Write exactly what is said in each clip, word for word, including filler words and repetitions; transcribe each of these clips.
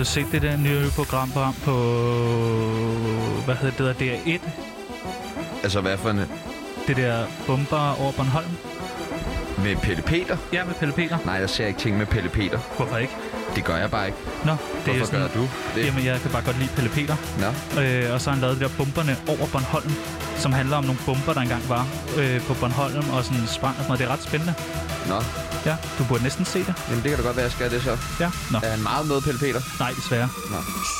set det der nye program på, på hvad hedder det, der D R et? Altså, hvad for en... Det der bomber over Bornholm? Med Pelle Peter? Ja, med Pelle Peter. Nej, jeg ser ikke ting med Pelle Peter. Hvorfor ikke? Det gør jeg bare ikke. Nå, det Hvorfor er sådan, gør du det? Jamen, jeg kan bare godt lide Pelle Peter. Nå. Øh, og så har han lavet det der bomberne over Bornholm, som handler om nogle bomber, der engang var øh, på Bornholm, og sådan sprang og sådan noget. Det er ret spændende. Nå. Ja, du burde næsten se det. Jamen, det kan da godt være, jeg skal det så. Ja, nå. Er han meget med, Pelle Peter? Nej, desværre. Nå.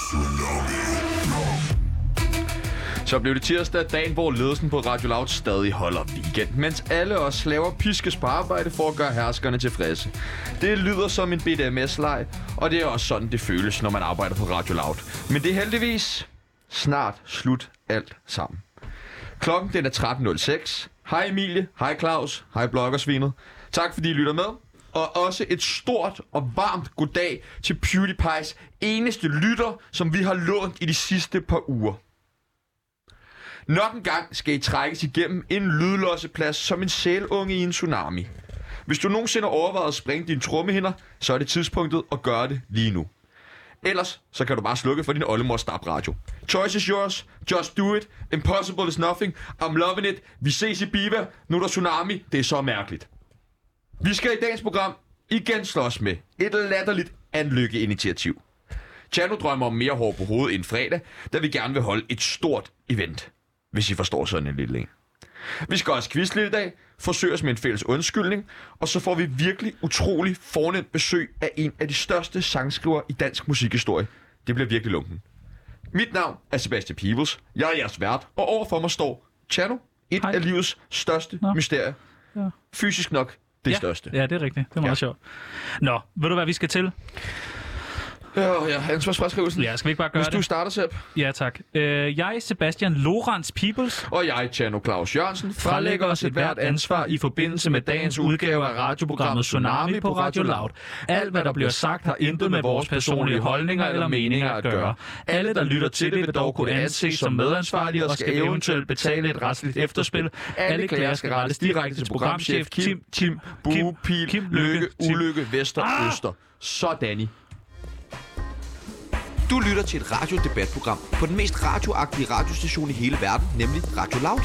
Så blev det tirsdag, dagen hvor ledelsen på Radio Loud stadig holder weekend, mens alle os laver piskes på arbejde for at gøre herskerne tilfredse. Det lyder som en B D M S-leg, og det er også sådan, det føles, når man arbejder på Radio Loud. Men det er heldigvis snart slut alt sammen. Klokken den er tretten nul seks. Hej Emilie, hej Claus, hej bloggersvinet. Tak fordi I lytter med. Og også et stort og varmt goddag til PewDiePies eneste lytter, som vi har lånt i de sidste par uger. Nok en gang skal I trækkes igennem en lydlosseplads som en sælunge i en tsunami. Hvis du nogensinde har overvejet at springe dine trommehinder, så er det tidspunktet at gøre det lige nu. Ellers så kan du bare slukke for din oldemors stabradio. Choice is yours, just do it, impossible is nothing, I'm loving it, vi ses i Biva, nu er der tsunami, det er så mærkeligt. Vi skal i dagens program igen slås med et latterligt anlykkeinitiativ. Chano drømmer om mere hår på hovedet end fredag, da vi gerne vil holde et stort event. Hvis I forstår sådan en lille en. Vi skal også quizle lidt i dag, forsøge os med en fælles undskyldning, og så får vi virkelig utrolig fornemt besøg af en af de største sangskrivere i dansk musikhistorie. Det bliver virkelig lunken. Mit navn er Sebastian Peebles, jeg er jeres vært, og overfor mig står Chano, et Hej. af livets største Nå. mysterier. Ja. Fysisk nok det ja. største. Ja, det er rigtigt. Det er meget ja. sjovt. Nå, ved du hvad vi skal til? Ja, ja, ansvarsfraskrivelsen. Ja, skal vi ikke bare gøre Hvis det? du starter, Seb. Ja, tak. Øh, jeg, Sebastian Lorentz Peebles. Og jeg, Chano Claus Jørgensen, frelægger os et hvert ansvar i forbindelse med dagens udgave af radioprogrammet Tsunami på Radio Loud. Alt, hvad der bliver sagt, har intet med vores personlige holdninger eller meninger at gøre. Alle, der lytter til det, vil dog kunne anses som medansvarlige og skal eventuelt betale et retsligt efterspil. Alle klager skal rettes direkte til programchef Kim, Tim, Bue, Pil, Kim, Lykke, Ulykke, Vester, ah! Øster. Sådani. Du lytter til et radiodebatprogram på den mest radioagtige radiostation i hele verden, nemlig Radio Loud.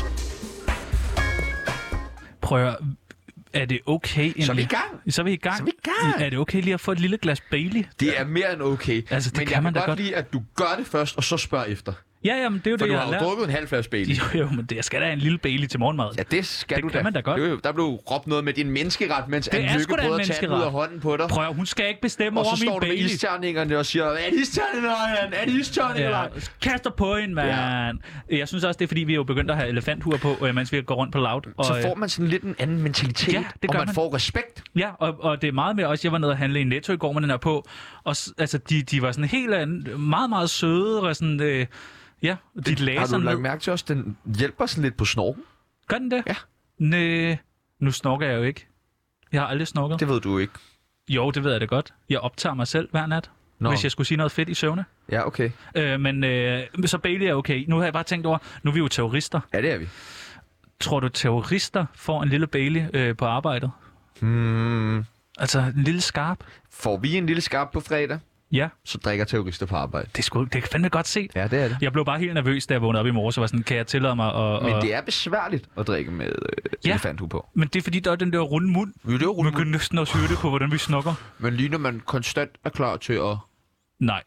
Prøv at... Er det okay egentlig? Så er vi i gang. Så er vi i gang. Så er vi i gang. Er det okay lige at få et lille glas Bailey? Det er mere end okay. Altså, det men kan jeg man kan da godt godt lide, at du gør det først, og så spørger efter. Ja, jamen, det er jo For det, du jeg har har jo drukket en halv flaske Bailey. Jo, jo, men det, jeg skal da en lille Bailey til morgenmad. Ja, det skal det du kan da. man da godt. Det, der blev råbt noget med din menneskeret, mens det Anne Lykke prøvede at tage den ud af hånden på dig. Prøv at, hun skal ikke bestemme over min Bailey. Og så står du med isterningerne og siger, er det isterningerne, er det isterningerne? Ja, kaster på en, mand. Ja. Jeg synes også, det er fordi, vi er jo begyndt at have elefanthuer på, mens vi går rundt på Loud. Og, så får man sådan lidt en anden mentalitet, ja, det gør og man, man får respekt. Ja, og, og det er meget med også, jeg var nede og handle i Netto i går med den her på, og altså, de, de var sådan helt meget, meget søde, og sådan... Øh, Ja, de det, har du lagt ned. mærke til også, den hjælper sådan lidt på snorken? Gør den det? Ja. Næh, nu snorker jeg jo ikke. Jeg har aldrig snorket. Det ved du ikke. Jo, det ved jeg da godt. Jeg optager mig selv hver nat, Nå. hvis jeg skulle sige noget fedt i søvne. Ja, okay. Øh, men øh, så Bailey er okay. Nu har jeg bare tænkt over, nu er vi jo terrorister. Ja, det er vi. Tror du, terrorister får en lille Bailey øh, på arbejdet? Hmm. Altså en lille skarp? Får vi en lille skarp på fredag? Ja. Så drikker terrorister på arbejde. Det er, sgu, det er fandme godt set. Ja, det er det. Jeg blev bare helt nervøs, da jeg vågnede op i morges, og var sådan, kan jeg tillade mig at... Men det er besværligt at drikke med øh, ja, elefanthue på. Men det er fordi, der er den der runde mund. Ja, det er runde man kan næsten også høre det på, hvordan vi snokker. Men lige når man konstant er klar til at... Nej.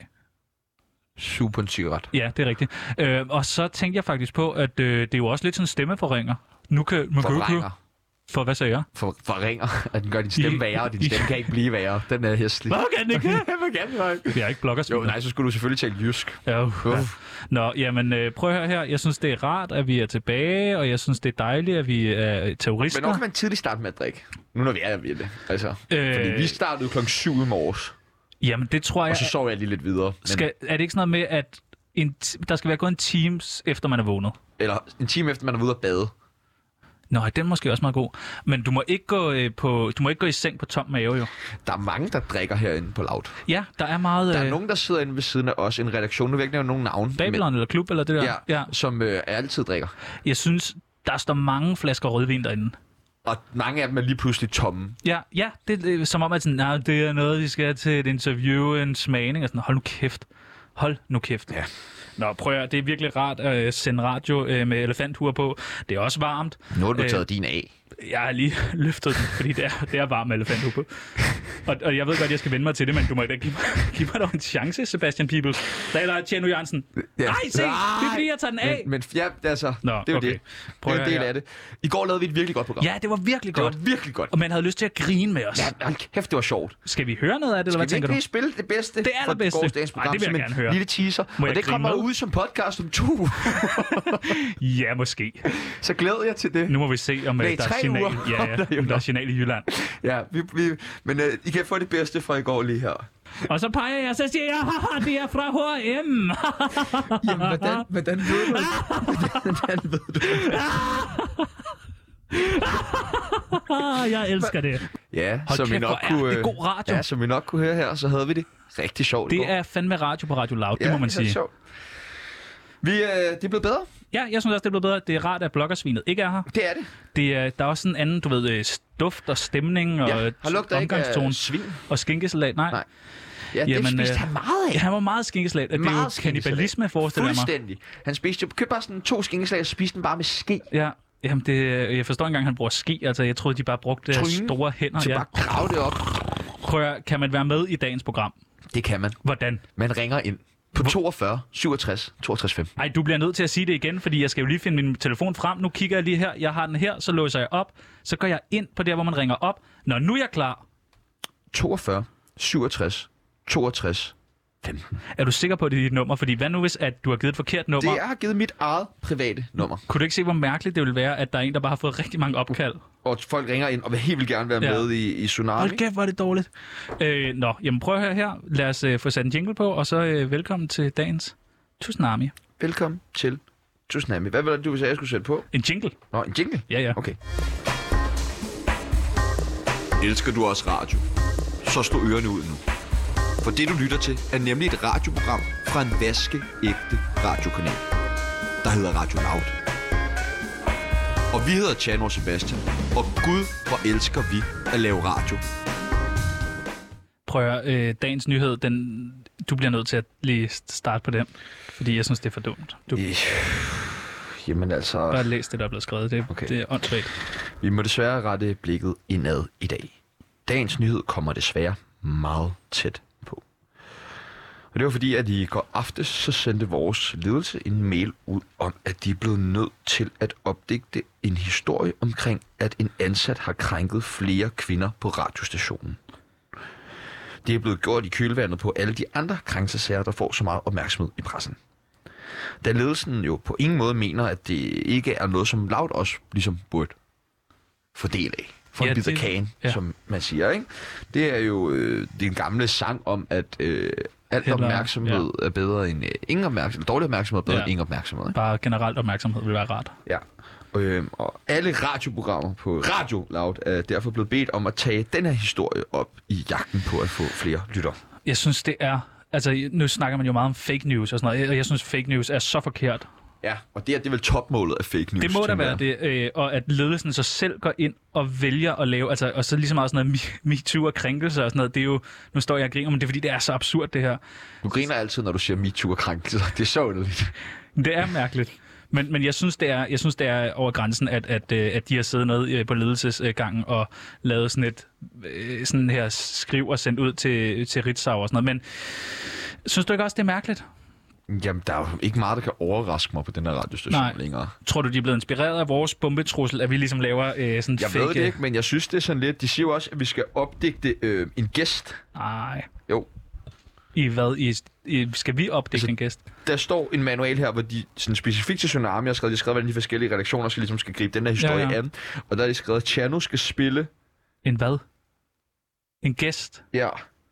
Suge på en cigaret. Ja, det er rigtigt. Øh, og så tænkte jeg faktisk på, at øh, det er jo også lidt sådan stemmeforringer. Nu kan man Forringer. For hvad sagde jeg? For, forringer, at den gør din stemme værre, og din stemme kan ikke blive værre. Den er hæslig. Hvad kan den ikke? Hvad kan den ikke? Jeg er ikke blogger. Jo, nej, så skulle du selvfølgelig tale jysk. Ja, ja. Nå, jamen øh, prøv at høre her. Jeg synes, det er rart, at vi er tilbage, og jeg synes, det er dejligt, at vi er terrorister. Men når kan man tidligt starte med at drikke? Nu når vi er ved det. Altså, øh... fordi vi startede klokken syv i morges. Jamen, det tror jeg... Og så sov jeg lige lidt videre. Men... Skal, er det ikke sådan noget med, at en t- der skal være gået en time efter man er vågnet? Eller en time efter man er ude at bade. Nå, den er måske også meget god. Men du må ikke gå, øh, på, du må ikke gå i seng på tom mave, jo. Der er mange, der drikker herinde på Loud. Ja, der er meget... Der er øh... nogen, der sidder inde ved siden af os. En redaktion, nu vil jeg ikke nævne nogen navn. Babylon men... eller klub, eller det der? Ja, ja. som øh, altid drikker. Jeg synes, der står mange flasker rødvin derinde. Og mange af dem er lige pludselig tomme. Ja, ja det, det er som om, at sådan, nah, det er noget, vi skal til et interview, en smagning, og sådan, hold nu kæft. Hold nu kæft. Ja. Nå, prøv at, det er virkelig rart at uh, sende radio uh, med elefanthuer på. Det er også varmt. Nu har du uh, taget din af. Jeg har lige løftet den, fordi det er, det er varmt med elefanthuer på. Og, og jeg ved godt, jeg skal vende mig til det, men du må da give mig, give mig dog en chance, Sebastian Peebles. Der er Tjeno Jørgensen. Ja. Nej, se, det er fordi, jeg tager den af. Men, men ja, altså, Nå, det er jo okay. det. Prøv det er en del her. af det. I går lavede vi et virkelig godt program. Ja, det var virkelig det godt. var virkelig godt. Og man havde lyst til at grine med os. Ja, hold kæft, det var sjovt. Skal vi høre noget af det, eller hvad Skal vi tænker ikke du? lige spille det bedste Det allerbedste? fra gårsdagens Ej, program det vil jeg som en gerne høre. lille teaser? Må Og jeg det grine kommer med? ud som podcast om to uger. Ja, måske. Så glæder jeg til det. Nu må vi se, om Nej, øh, der er tre signal. uger. Ja, ja, om der er signal i Jylland. Ja, vi, vi, men øh, I kan få det bedste fra i går lige her. Og så peger jeg, så siger jeg, haha, det er fra H og M. Jamen, hvordan, hvordan ved du Hvordan ved du Jeg elsker det. Ja, Hold som vi kæft, nok hvor er kunne, det øh, god radio. Ja, som vi nok kunne høre her, så havde vi det rigtig sjovt i går. Det er fandme radio på Radio Loud, ja, det må man det er sige. sjovt. Vi, øh, det er blevet bedre. Ja, jeg synes også, det er blevet bedre. Det er rart, at bloggersvinet ikke er her. Det er det. Det er, der er også sådan en anden, du ved, øh, duft og stemning og Ja, har lugter ikke omgangstone. af svin. Og skinkesalat, nej. Nej. Ja, det Jamen, spiste øh, han meget af. Ja, han var meget skinkesalat. Det er jo kannibalisme, forestiller jeg mig. Fuldstændig. Han spiste jo, købte bare sådan to skinkeslag, og spiste den bare med ske. Ja, jamen det, jeg forstår ikke engang, han bruger ski. Altså, jeg troede, de bare brugte deres Tryne. store hænder. Så Ja. bare grave det op. Prøv at, kan man være med i dagens program? Det kan man. Hvordan? Man ringer ind på toogfyrre syvogtres toogtres femten. Ej, du bliver nødt til at sige det igen, fordi jeg skal jo lige finde min telefon frem. Nu kigger jeg lige her. Jeg har den her, så låser jeg op. Så går jeg ind på der, hvor man ringer op. Når nu er jeg klar. toogfyrre syvogtres toogtres femten. Er du sikker på, at det er dit nummer? Fordi hvad nu, hvis at du har givet et forkert nummer? Det har givet mit eget private nummer. Kunne du ikke se, hvor mærkeligt det ville være, at der er en, der bare har fået rigtig mange opkald? Og folk ringer ind og vil helt vildt gerne være Ja. med i, i Tsunami. Hold kæft, hvor er det dårligt. Øh, nå, jamen prøv at høre her. Lad os øh, få sat en jingle på, og så øh, velkommen til dagens Tsunami. Velkommen til Tsunami. Hvad var det, du sagde, jeg skulle sætte på? En jingle? Nå, en jingle? Ja, ja. Okay. Elsker du også radio? Så slå ørerne ud nu. For det du lytter til er nemlig et radioprogram fra en vaskeægte radiokanal, der hedder Radio Loud. Og vi hedder Tjano og Sebastian, og Gud, hvor elsker vi at lave radio. Prøv at høre, øh, dagens nyhed, den, du bliver nødt til at lige starte på den, fordi jeg synes, det er for dumt. Du Øh, Jamen altså, bare læs det, der er blevet skrevet. Det, Okay. det er åndssvagt. vi må desværre rette blikket indad i dag. Dagens nyhed kommer desværre meget tæt på. Og det var fordi, at i går aftes, så sendte vores ledelse en mail ud om, at de er blevet nødt til at opdigte en historie omkring, at en ansat har krænket flere kvinder på radiostationen. Det er blevet gjort i kølvandet på alle de andre krænkelsesager, der får så meget opmærksomhed i pressen. Da ledelsen jo på ingen måde mener, at det ikke er noget, som Loud også ligesom burde få del af. For Ja, en bid af det- kagen, ja. som man siger, ikke? Det er jo øh, den gamle sang om, at øh, alt Heller- opmærksomhed ja. er bedre end øh, ingen opmærksomhed. Dårlig opmærksomhed er bedre Ja. end ingen opmærksomhed. Ikke? Bare generelt opmærksomhed vil være rart. Ja. Øh, og alle radioprogrammer på Radio Loud er derfor blevet bedt om at tage den her historie op i jagten på at få flere lytter. Jeg synes, det er... Altså, nu snakker man jo meget om fake news og sådan noget, og jeg synes, fake news er så forkert. Ja, og det er, det er vel topmålet af fake news. Det må da tænker være jeg. det, øh, og at ledelsen så selv går ind og vælger at lave, altså, og så lige så meget sådan noget me- MeToo og krænkelser og sådan noget, det er jo, nu står jeg og griner, men det er fordi, det er så absurd det her. Du griner altid, når du siger MeToo og krænkelser. Det er så underligt. Det er mærkeligt. Men, men jeg, synes, det er, jeg synes, det er over grænsen, at, at, øh, at de har siddet nede på ledelsesgangen og lavet sådan et øh, sådan her skriv og sendt ud til, til Ritzau og sådan noget. Men synes du ikke også, det er mærkeligt? Jamen, der er jo ikke meget, der kan overraske mig på den her radiostation Nej. længere. Tror du, de er blevet inspireret af vores bombetrussel, at vi ligesom laver øh, sådan Jeg fake... ved det ikke, men jeg synes, det er sådan lidt... De siger jo også, at vi skal opdigte øh, en gæst. Nej. Jo. I hvad? I, i, skal vi opdække Altså, en gæst? Der står en manual her, hvor de sådan specifikt til Tsunami har skrevet, de har skrevet, hvordan de forskellige redaktioner skal, ligesom skal gribe den her historie Ja, ja, ja. ja. an. Og der er de skrevet, at Tjerno skal spille... En hvad? En gæst? Ja.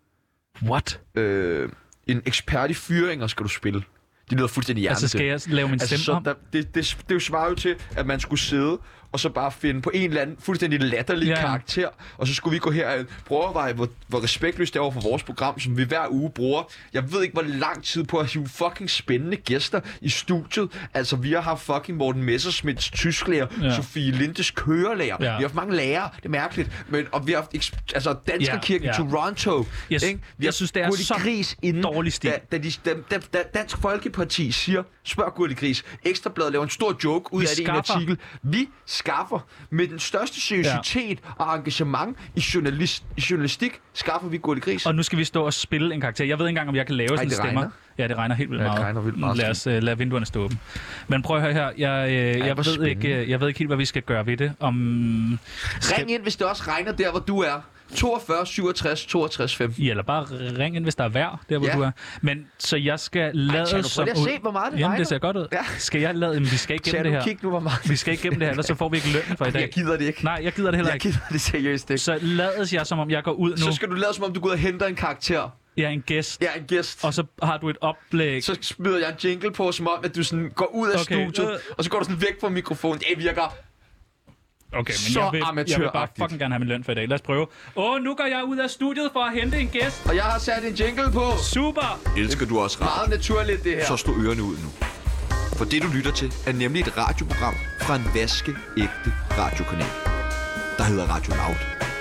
What? Øh, en ekspert i fyringer skal du spille. De lyder fuldstændig hjerne Altså, skal jeg lave min Altså, stemme så om? der, det, det, det, det svarer jo til, at man skulle sidde og så bare finde på en eller anden fuldstændig latterlig Ja. karakter, og så skulle vi gå her og prøve at overveje, hvor, hvor respektløst det er over for vores program, som vi hver uge bruger. Jeg ved ikke, hvor lang tid på at hive fucking spændende gæster i studiet. Altså, vi har haft fucking Morten Messerschmidts tysklærer, Ja. Sofie Lindes kørelærer. Ja. Vi har haft mange lærere, det er mærkeligt. Men, og vi har haft eks- altså, Danskerkirken Ja, i ja. Toronto. Jeg, ikke? Vi jeg har synes, det er Gurli så Gris inden, dårlig stil. Da, da, de, da, da, da Dansk Folkeparti siger, spørg Gurli Gris, Ekstrabladet laver en stor joke ud Vi af det i en skaffer. artikel. Vi skaffer med den største seriøsitet ja. og engagement i, journalist, i journalistik, skaffer vi Gurli Gris. Og nu skal vi stå og spille en karakter. Jeg ved ikke engang, om jeg kan lave sådan det stemmer. regner. Ja, det regner helt vildt Ja, det meget. regner vildt meget. Lad os uh, lade vinduerne stå åbne. Men prøv at høre her. Jeg, øh, jeg, hvor ved spændende. ikke, jeg ved ikke helt, hvad vi skal gøre ved det. Om... Ring ind, hvis det også regner der, hvor du er. toogfyrre syvogtres toogtres femten. Ja, eller bare ring ind, hvis der er vejr, der hvor Ja. du er. Men så jeg skal lade Tjano, prøv som... lige at se, hvor meget det Jamen, regner. det ser godt ud. Ja. Skal jeg lade... Jamen, vi skal ikke gennem Tjano, det her. kig nu, hvor meget. Vi skal ikke gennem det her, ellers så får vi ikke løn for i dag. Jeg gider det ikke. Nej, jeg gider det heller Jeg ikke. gider det seriøst ikke. Så lades jeg, som om jeg går ud nu. Så skal du lade, som om du går ud og henter en karakter. Jeg er en gæst. Jeg er en gæst. Og så har du et oplæg. Så smider jeg en jingle på, som om, at du sådan går ud af Okay. studiet, Øh. og så går du sådan væk fra mikrofonen. Det virker Okay, men så jeg vil, jeg vil bare amatøragtigt. fucking gerne have min løn for i dag. Lad os prøve. Åh, nu går jeg ud af studiet for at hente en gæst. Og jeg har sat en jingle på. Super! Elsker du også radio? Meget naturligt, det her. Så slå ørerne ud nu. For det, du lytter til, er nemlig et radioprogram fra en vaskeægte radiokanal, der hedder Radio Loud.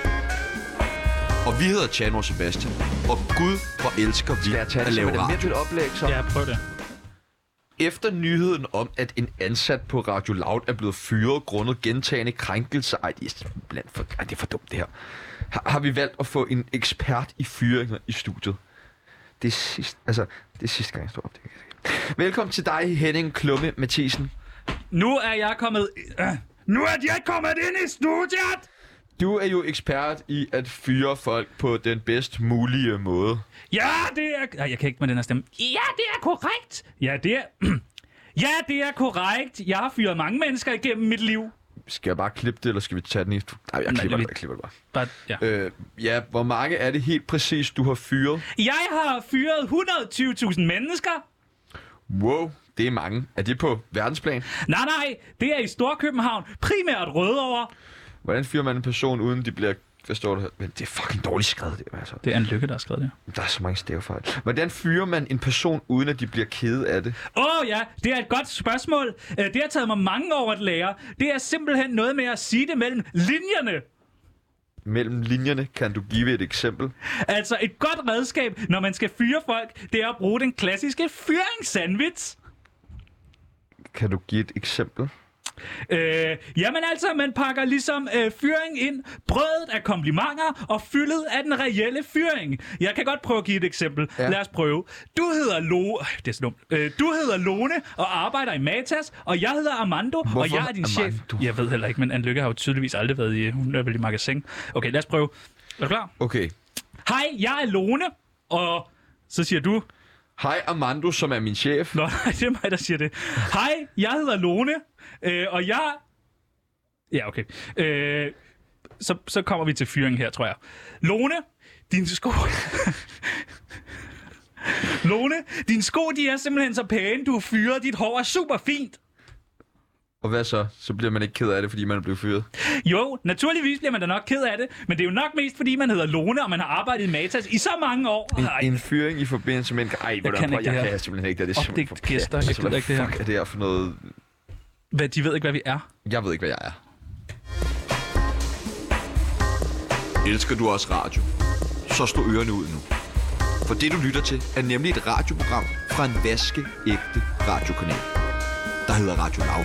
Og vi hedder Tjano og Sebastian, og Gud, hvor elsker vi Skal jeg tage at det som lave et radio. almindeligt oplæg, så? Ja, prøv det. Efter nyheden om, at en ansat på Radio Loud er blevet fyret grundet gentagende krænkelser... Ej, det er, blandt for, ej, det er for dumt, det her. Har, har vi valgt at få en ekspert i fyringer i studiet. Det er sidste, altså, det er sidste gang, jeg står op. Det kan- Velkommen til dig, Henning Klumme Mathisen. Nu er jeg kommet... Øh, nu er jeg kommet ind i studiet! Du er jo ekspert i at fyre folk på den bedst mulige måde. Ja, det er... Ej, jeg kan ikke med den her stemme. Ja, det er korrekt. Ja, det er... ja, det er korrekt. Jeg har fyret mange mennesker igennem mit liv. Skal jeg bare klippe det, eller skal vi tage den i... Nej, jeg Nej, klipper vi- det, jeg klipper det bare. Bare, ja. Øh, ja, hvor mange er det helt præcis, du har fyret? Jeg har fyret et hundrede og tyve tusind mennesker. Wow, det er mange. Er det på verdensplan? Nej, nej, det er i Storkøbenhavn. Primært Rødovre. Hvordan fyrer man en person, uden de bliver... Hvad står der her? Men det er fucking dårligt skrevet, det altså. Det er en lykke, der har skrevet det. Der er så mange stavefejl. Hvordan fyrer man en person, uden at de bliver kede af det? Åh oh, ja, det er et godt spørgsmål. Øh, Det har taget mig mange år at lære. Det er simpelthen noget med at sige det mellem linjerne. Mellem linjerne kan du give et eksempel. Altså et godt redskab, når man skal fyre folk, det er at bruge den klassiske fyringssandwich. Kan du give et eksempel? Øh, jamen altså, man pakker ligesom øh, fyring ind, brødet af komplimenter og fyldet af den reelle fyring. Jeg kan godt prøve at give et eksempel. Ja. Ja. Lad os prøve. Du hedder Lo... Øh, Det er så dumt. Øh, du hedder Lone og arbejder i Matas, og jeg hedder Armando, Hvorfor og jeg er din chef. Armando? Jeg ved heller ikke, men Anne-Lykke har jo tydeligvis aldrig været i... Hun er vel i magasin. Okay, lad os prøve. Er du klar? Okay. Hej, jeg er Lone, og så siger du... Hej Armando, som er min chef. Nå, nej, det er mig, der siger det. Hej, jeg hedder Lone, øh, og jeg... Ja, okay. Øh, så, så kommer vi til fyringen her, tror jeg. Lone, dine sko... Lone, dine sko, de er simpelthen så pæne, du er fyret. Dit hår er super fint. Og hvad så? Så bliver man ikke ked af det, fordi man er blevet fyret. Jo, naturligvis bliver man da nok ked af det, men det er jo nok mest, fordi man hedder Lone, og man har arbejdet i Matas i så mange år. En, Ej, en fyring i forbindelse med en... Ej, Jeg kan ikke jeg det her. kan simpelthen ikke det. Det er simpelthen Opdigt for gæster, pjat. jeg Altså, gider hvad ikke det her. fuck er det her for noget... hvad, de ved ikke, hvad vi er. Jeg ved ikke, hvad jeg er. Elsker du også radio? Så slå ørerne ud nu. For det, du lytter til, er nemlig et radioprogram fra en vaskeægte radiokanal, der hedder Radio Loud.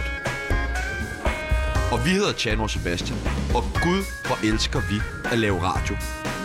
Og vi hedder Tjano og Sebastian, og Gud, hvor elsker vi at lave radio.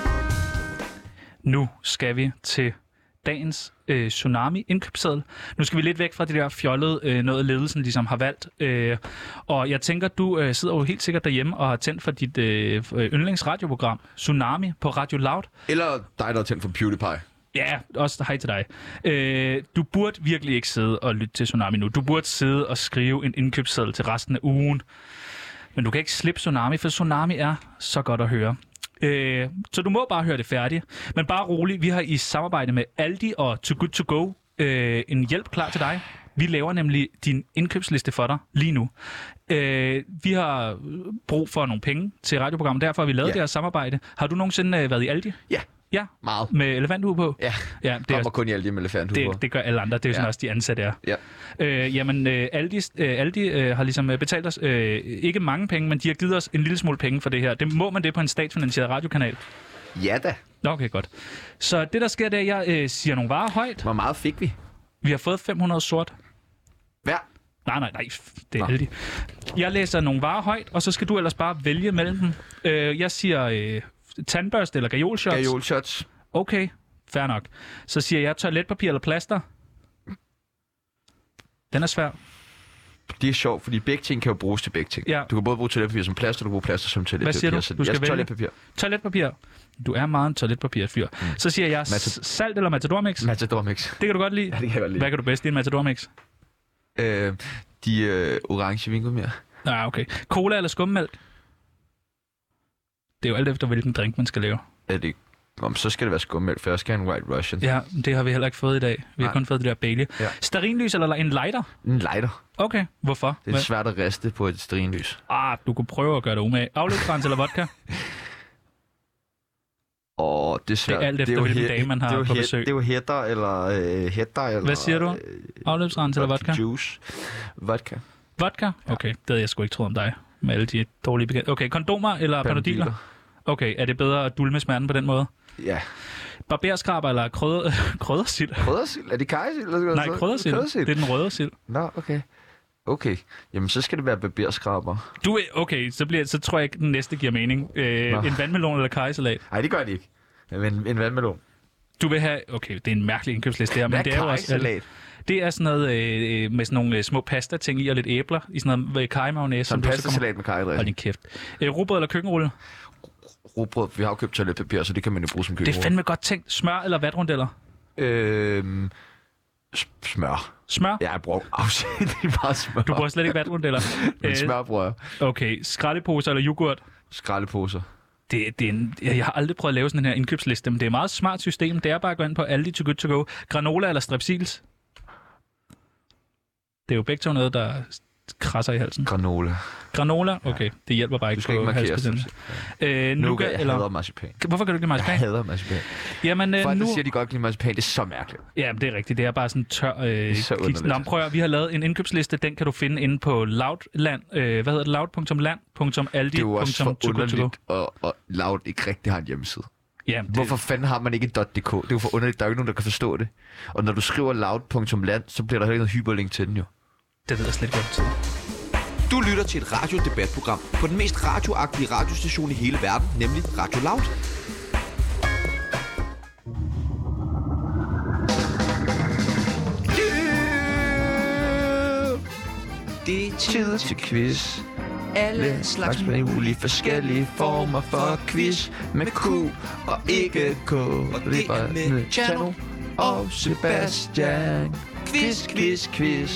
Nu skal vi til dagens øh, Tsunami-indkøbsseddel. Nu skal vi lidt væk fra det der fjollede øh, noget, ledelsen ligesom har valgt. Øh, og jeg tænker, du øh, sidder jo helt sikkert derhjemme og har tændt for dit øh, yndlingsradioprogram, Tsunami, på Radio Loud. Eller dig, der er tændt for PewDiePie. Ja, også hej til dig. Øh, du burde virkelig ikke sidde og lytte til Tsunami nu. Du burde sidde og skrive en indkøbsseddel til resten af ugen. Men du kan ikke slippe Tsunami, for Tsunami er så godt at høre. Øh, så du må bare høre det færdigt. Men bare rolig, vi har i samarbejde med Aldi og Too Good To Go øh, en hjælp klar til dig. Vi laver nemlig din indkøbsliste for dig lige nu. Øh, vi har brug for nogle penge til radioprogrammet, derfor har vi lavet Ja. det her samarbejde. Har du nogensinde øh, været i Aldi? Ja, Ja, meget. med elefanthue på? Ja, Ja, det, kommer er, kun i alle de med elefanthue på. det, det gør alle andre. Det er jo sådan Ja. også de ansatte er. Ja. Øh, jamen, øh, Aldi, øh, Aldi øh, har ligesom øh, betalt os øh, ikke mange penge, men de har givet os en lille smule penge for det her. Det må man det på en statsfinansieret radiokanal. Ja da. Nå, okay, godt. Så det, der sker, det er, at jeg øh, siger nogle varer højt. Hvor meget fik vi? Vi har fået fem hundrede sort. Hver? Nej, nej, nej. Det er Nå. Aldi. Jeg læser nogle varer højt, og så skal du ellers bare vælge mellem dem. Øh, jeg siger øh, tandbørste eller gajolshots. Gajolshots. Okay, fair nok. Så siger jeg toiletpapir eller plaster. Den er svær. Det er sjovt, fordi begge ting kan jo bruges til begge ting. Ja. Du kan både bruge toiletpapir som plaster, du kan bruge plaster som toiletpapir. siger du? Så Du skal jeg vælge. toiletpapir. Toiletpapir. Du er meget en toiletpapir-fyr. Mm. Så siger jeg Matad- s- salt eller matadormix. Matador mix. Det kan du godt lide. Ja, det kan jeg godt lide. Hvad kan du bedst lide en matadormix? Øh, de øh, orange vingummier. Nej, okay. Cola eller skummælk? Det er jo alt efter, hvilken drink man skal lave. Er det... Om, så skal det være skummælk, for jeg skal have en White Russian. Ja, det har vi heller ikke fået i dag. Vi har Nej. kun fået det der Bailey. Ja. Stearinlys eller en lighter? En lighter. Okay, hvorfor? Det er svært at riste på et stearinlys. Ah, du kunne prøve at gøre det umage. Afløbsrens eller vodka? Og det er svært. Det er alt efter, jo hvilken he- dag man har det er jo på he- besøg. Det er jo hætter eller øh, hætter eller... Hvad siger du? Øh, Afløbsrens eller vodka? Juice. Vodka. Vodka? Okay, det havde jeg sgu ikke troet om dig. Med alle de dårlige bekendte. Okay, kondomer eller panodiler? Okay, er det bedre at dulme smerten på den måde? Ja. Barberskraber eller krydder, kryddersild? Kryddersild? Er det kajsild? eller sådan Nej, noget? kryddersild. Kryddersild. Det er den røde sild. Nå, okay. Okay. Jamen, så skal det være barberskraber. Du er, okay, så, bliver, så tror jeg ikke, den næste giver mening. Øh, en vandmelon eller kajsalat? Nej, det gør det ikke. Men en vandmelon. Du vil have... Okay, det er en mærkelig indkøbsliste her, men Hvad det er er jo også... kajsalat? Det er sådan noget øh, med sådan nogle øh, små pasta-ting i og lidt æbler i sådan noget kajmagnæs. Sådan en pastasalat med Hold kajedressing. din kæft. Øh, rugbrød eller køkkenrulle? Rugbrød. Vi har jo købt toiletpapir, så det kan man jo bruge som Det er køkkenrulle. fandme godt tænkt. Smør eller vatrundeller? Øhm, s- smør. Smør? Ja, jeg bruger afsindelig meget smør. Du bruger slet ikke vatrundeller. Men smør bruger jeg. Okay, skraldeposer eller yoghurt? Skraldeposer. Det, det er en, jeg har aldrig prøvet at lave sådan en her indkøbsliste, men det er et meget smart system. Det er bare at gå ind på Aldi to good to go. Granola eller strepsils? Det er jo begge to noget, der krasser i halsen. Granola. Granola? Okay, det hjælper bare Du ikke skal ikke på markere halsbetændelsen. Øh, Nougat, nougat jeg eller... hader marcipan. Hvorfor kan du ikke lide Jeg marcipan? hader marcipan. Jamen, øh, Folk, nu... der siger, de godt kan lide marcipan, det er så mærkeligt. Ja, det er rigtigt. Det er bare sådan tør øh, er så kiks. underligt. Nå, men prøv at, høre, vi har lavet en indkøbsliste. Den kan du finde inde på loudland. Øh, hvad hedder det? loud punktum land punktum aldi Det er jo også punktum for to go to go. underligt, og, og Loud ikke rigtig har en hjemmeside. Ja, det, Hvorfor fanden har man ikke et .dk? Det er jo for underligt, der er jo ikke nogen, der kan forstå det. Og når du skriver loud punktum land, så bliver der heller ikke noget hyperlink til den jo. det ved jeg slet ikke, hvad det betyder. Du lytter til et radiodebatprogram på den mest radioagtige radiostation i hele verden, nemlig Radio Loud. Det er tid Til quiz. alle slags mulige forskellige former for quiz. Med Q og ikke K. Og det er med Chano og Sebastian. quiz, quiz, quiz.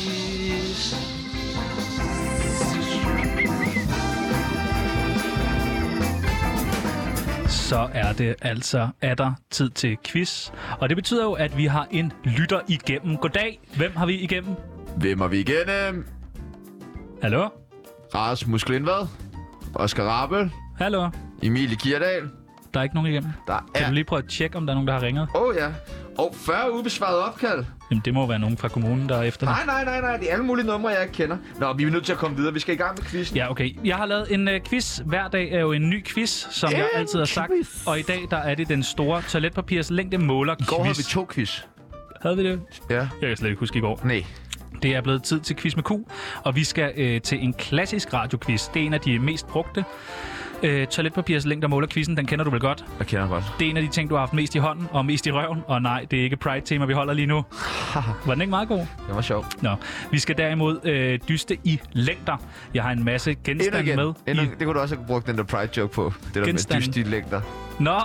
Så er det altså er der tid til quiz. Og det betyder jo, at vi har en lytter igennem. Goddag. Hvem har vi igennem? Hvem er vi igennem? Hallo? Rasmus Glindvad. Oscar Rabel. Hallo? Emilie Kirdal. Der er ikke nogen igennem. Der Kan er... du lige prøve at tjekke, om der er nogen, der har ringet? Åh oh, ja. Og fyrre ubesvaret opkald. Jamen, det må være nogen fra kommunen, der er efter det. Nej, nej, nej, nej. Det er alle mulige numre, jeg ikke kender. Nå, vi er nødt til at komme videre. Vi skal i gang med quizzen. Ja, okay. Jeg har lavet en uh, quiz. Hver dag er jo en ny quiz, som En jeg altid har sagt. quiz. Og i dag, der er det den store toiletpapirs længde måler quiz. I går havde vi to quiz. Havde vi det? Ja. Jeg kan slet ikke huske i går. Nej. Det er blevet tid til quiz med Q, og vi skal øh, til en klassisk radioquiz. Det er en af de mest brugte. Øh, toiletpapirs længde måler quizzen, den kender du vel godt. Jeg kender godt. Det er en af de ting, du har haft mest i hånden og mest i røven. Og nej, det er ikke Pride-tema, vi holder lige nu. Var den ikke meget god? Det var sjovt. Nå, vi skal derimod øh, dyste i længder. Jeg har en masse Endnu genstande igen. med. Endnu, I... Det kunne du også have brugt den der Pride-joke på. Det der Genstande. med dystige længder. Nå!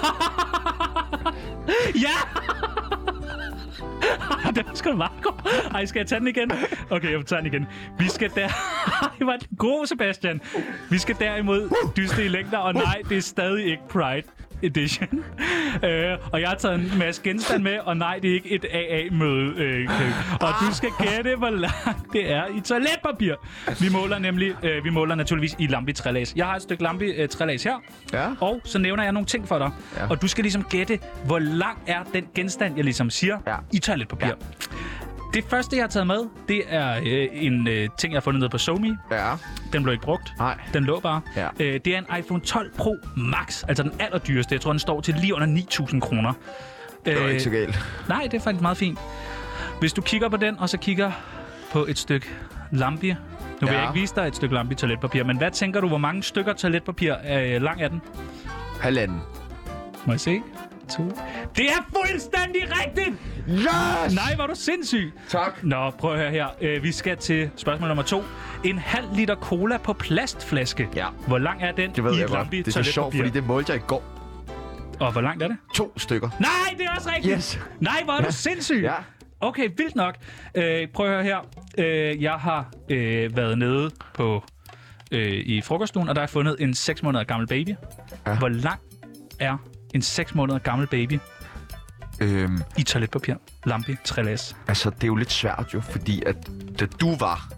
Ja! Det var sgu da meget god. Ej, skal jeg tage den igen? Okay, jeg tager den igen. Vi skal der... Det var god, Sebastian. Vi skal derimod dyste i længder, og nej, det er stadig ikke Pride. edition. øh, og jeg har taget en masse genstand med, og nej, det er ikke et A A-møde. Øh, og du skal gætte, hvor langt det er i toiletpapir. Vi måler nemlig, øh, vi måler naturligvis i lambi trælags. Jeg har et stykke lambi øh, trælags her, Ja. og så nævner jeg nogle ting for dig. Ja. Og du skal ligesom gætte, hvor lang er den genstand, jeg ligesom siger, Ja. i toiletpapir. Ja. Det første, jeg har taget med, det er øh, en øh, ting, jeg har fundet nede på SoMe. Ja. Den blev ikke brugt. Nej. Den lå bare. Ja. Øh, det er en iPhone tolv Pro Max, altså den allerdyreste. Jeg tror, den står til lige under ni tusind kroner. Det var ikke så galt. Nej, det er faktisk meget fint. Hvis du kigger på den, og så kigger på et stykke lambi. Nu vil Ja. jeg ikke vise dig et stykke lambi toiletpapir, men hvad tænker du, hvor mange stykker toiletpapir er lang er den? Halvanden. Må jeg se? To. Det er fuldstændig rigtigt! Yes! Nej, var du sindssyg? Tak. Nå, prøv at høre her. Øh, vi skal til spørgsmål nummer to. En halv liter cola på plastflaske. Ja. Hvor lang er den Det ved i jeg et godt. lambi Det er så sjovt, toiletpapir? fordi det målte jeg i går. Og hvor langt er det? To stykker. Nej, det er også rigtigt! Yes. Nej, hvor er du sindssyg! Ja. Okay, vildt nok. Øh, prøv at høre her. Øh, jeg har øh, været nede på øh, i frokoststuen, og der har jeg fundet en seks måneder gammel baby. Ja. Hvor lang er en seks måneder gammel baby Øhm, i toiletpapir? Lambi trælags. altså, det er jo lidt svært jo, fordi at da du var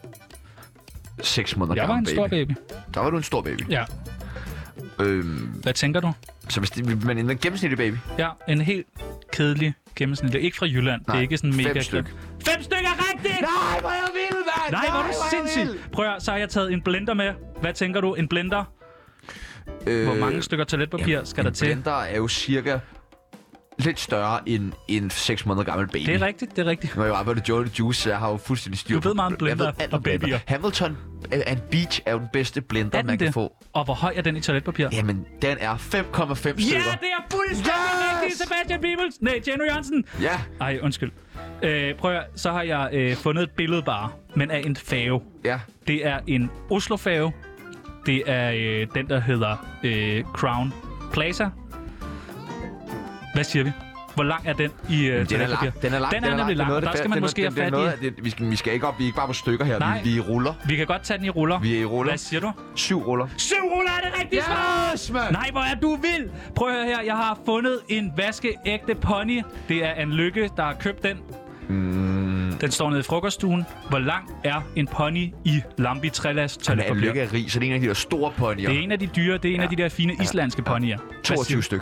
seks måneder Jeg var gammel en stor baby. Der var du en stor baby. Ja. Øhm, Hvad tænker du? så hvis det, men en gennemsnitlig baby. Ja, en helt kedelig gennemsnitlig. Ikke fra Jylland. Nej, det er ikke sådan mega fem styk. Fem stykker rigtigt! Nej, hvor er jeg vild, mand! Nej, hvor er du sindssyg. Prøv at høre, så har jeg taget en blender med. Hvad tænker du? En blender? Øh, Hvor mange stykker toiletpapir skal der en til? blender er jo cirka lidt større end en seks måneder gammel baby. Det er rigtigt, det er rigtigt. Nu har jeg jo arbejdet Joe Juice, så jeg har jo fuldstændig styr Du på... ved meget om blender Jeg ved alt og om blender. babyer. Hamilton and Beach er jo den bedste blender, Er den man kan det? få. Og hvor høj er den i toiletpapir? Jamen, den er fem komma fem stykker. Ja, det er fuldstændig Yes! rigtigt, Sebastian Peebles. Nej, Jenny Jørgensen. Ja. Ej, undskyld. Øh, prøv at høre, så har jeg øh, fundet et billede bare, men af en færge. Ja. Det er en Oslo-færge. Det er øh, den, der hedder øh, Crown Plaza. Hvad siger vi? Hvor lang er den i øh, Den er toiletpapir? lang. Den er lang. Den er nemlig lang, og der skal man måske have fat i... i... Vi skal, vi skal ikke op, vi er ikke bare på stykker her. Nej. Vi, vi er i ruller. Vi kan godt tage den i ruller. Vi er i ruller. Hvad siger du? Syv ruller. Syv ruller er det rigtige svar! Yes, mand! Nej, hvor er du vild! Prøv at høre her. Jeg har fundet en vaskeægte pony. Det er en Lykke, der har købt den. Mm. Den står nede i frokoststuen. Hvor lang er en pony i lambi trælags Den er toiletpapir? Lykke er rig, så det er en af de der store ponyer. Det er en af de dyre. Det er en af de der fine islandske ponyer. toogtyve styk.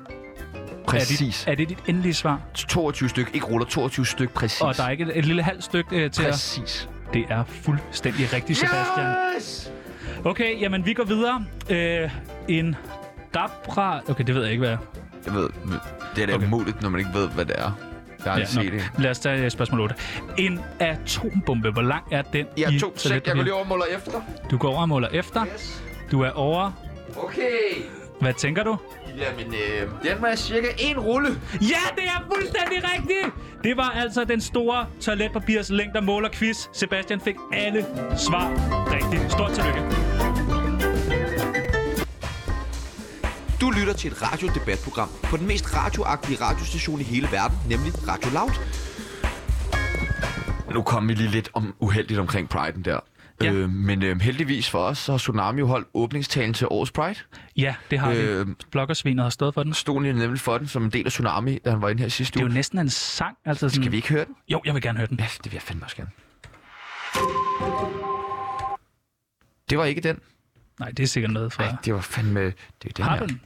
Præcis. Er det, er det dit endelige svar? toogtyve styk. Ikke ruller, toogtyve styk. Præcis. Og der er ikke et, et lille halvt stykke øh, til os. Præcis. Det er fuldstændig rigtigt, Sebastian. Yes! Okay, jamen vi går videre. Øh, en Dabra... Okay, det ved jeg ikke, hvad er. Jeg ved, det er da Okay. umuligt, når man ikke ved, hvad det er. Jeg har Ja, aldrig set det. Lad os tage øh, spørgsmål otte. En atombombe, hvor lang er den Jeg i er to sek. Jeg toiletpapir? går lige over og måler efter. Du går over og måler efter. Yes. Du er over. Okay. Hvad tænker du? Jamen, øh, den må jeg cirka en rulle. Ja, det er fuldstændig rigtigt! Det var altså den store toiletpapirs længder måler quiz. Sebastian fik alle svar rigtigt. Stort tillykke. Du lytter til et radiodebatprogram på den mest radioagtige radiostation i hele verden, nemlig Radio Loud. Nu kom vi lige lidt om, uheldigt omkring Pride'en der. Ja. Øh, men øh, heldigvis for os, så har Tsunami jo holdt åbningstalen til årets Pride. Ja, det har Øh, vi. Bloggersvinet har stået for den. Stod nemlig for den som en del af Tsunami, da han var inde her sidste Det er uge. jo næsten en sang. Altså sådan... Skal vi ikke høre den? Jo, jeg vil gerne høre den. Ja, det vil jeg fandme også gerne. Det var ikke den. Nej, det er sikkert noget fra... Nej, det var fandme... Det er den Har her. du den?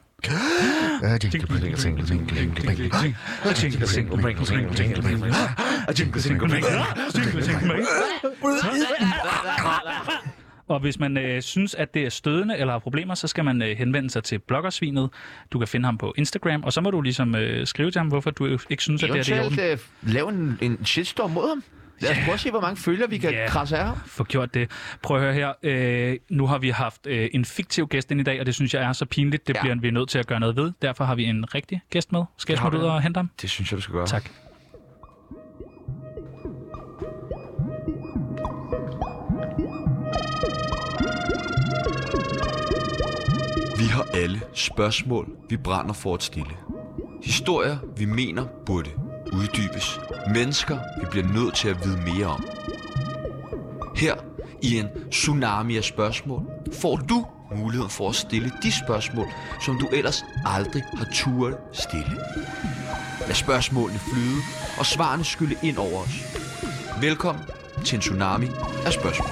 Og hvis man øh, synes, at det er stødende eller har problemer, så skal man øh, henvende sig til bloggersvinet. Du kan finde ham på Instagram, og så må du ligesom øh, skrive til ham, hvorfor du ikke synes, at det er det i orden. Eventuelt øh, lave en, en shitstorm mod ham. Lad os prøve at se, hvor mange følgere vi kan Ja. krasse af ham. Få gjort det. Prøv at høre her. Øh, nu har vi haft øh, en fiktiv gæst ind i dag, og det synes jeg er så pinligt. Det Ja. bliver vi nødt til at gøre noget ved. Derfor har vi en rigtig gæst med. Skal jeg har smutte ud vi. og hente ham? Det synes jeg, du skal gøre. Tak. Vi har alle spørgsmål, vi brænder for at stille. Historier, vi mener burde uddybes. Mennesker, vi bliver nødt til at vide mere om. Her I en tsunami af spørgsmål får du muligheden for at stille de spørgsmål, som du ellers aldrig har turet stille. Lad spørgsmålene flyde, og svarene skylle ind over os. Velkommen til en tsunami af spørgsmål.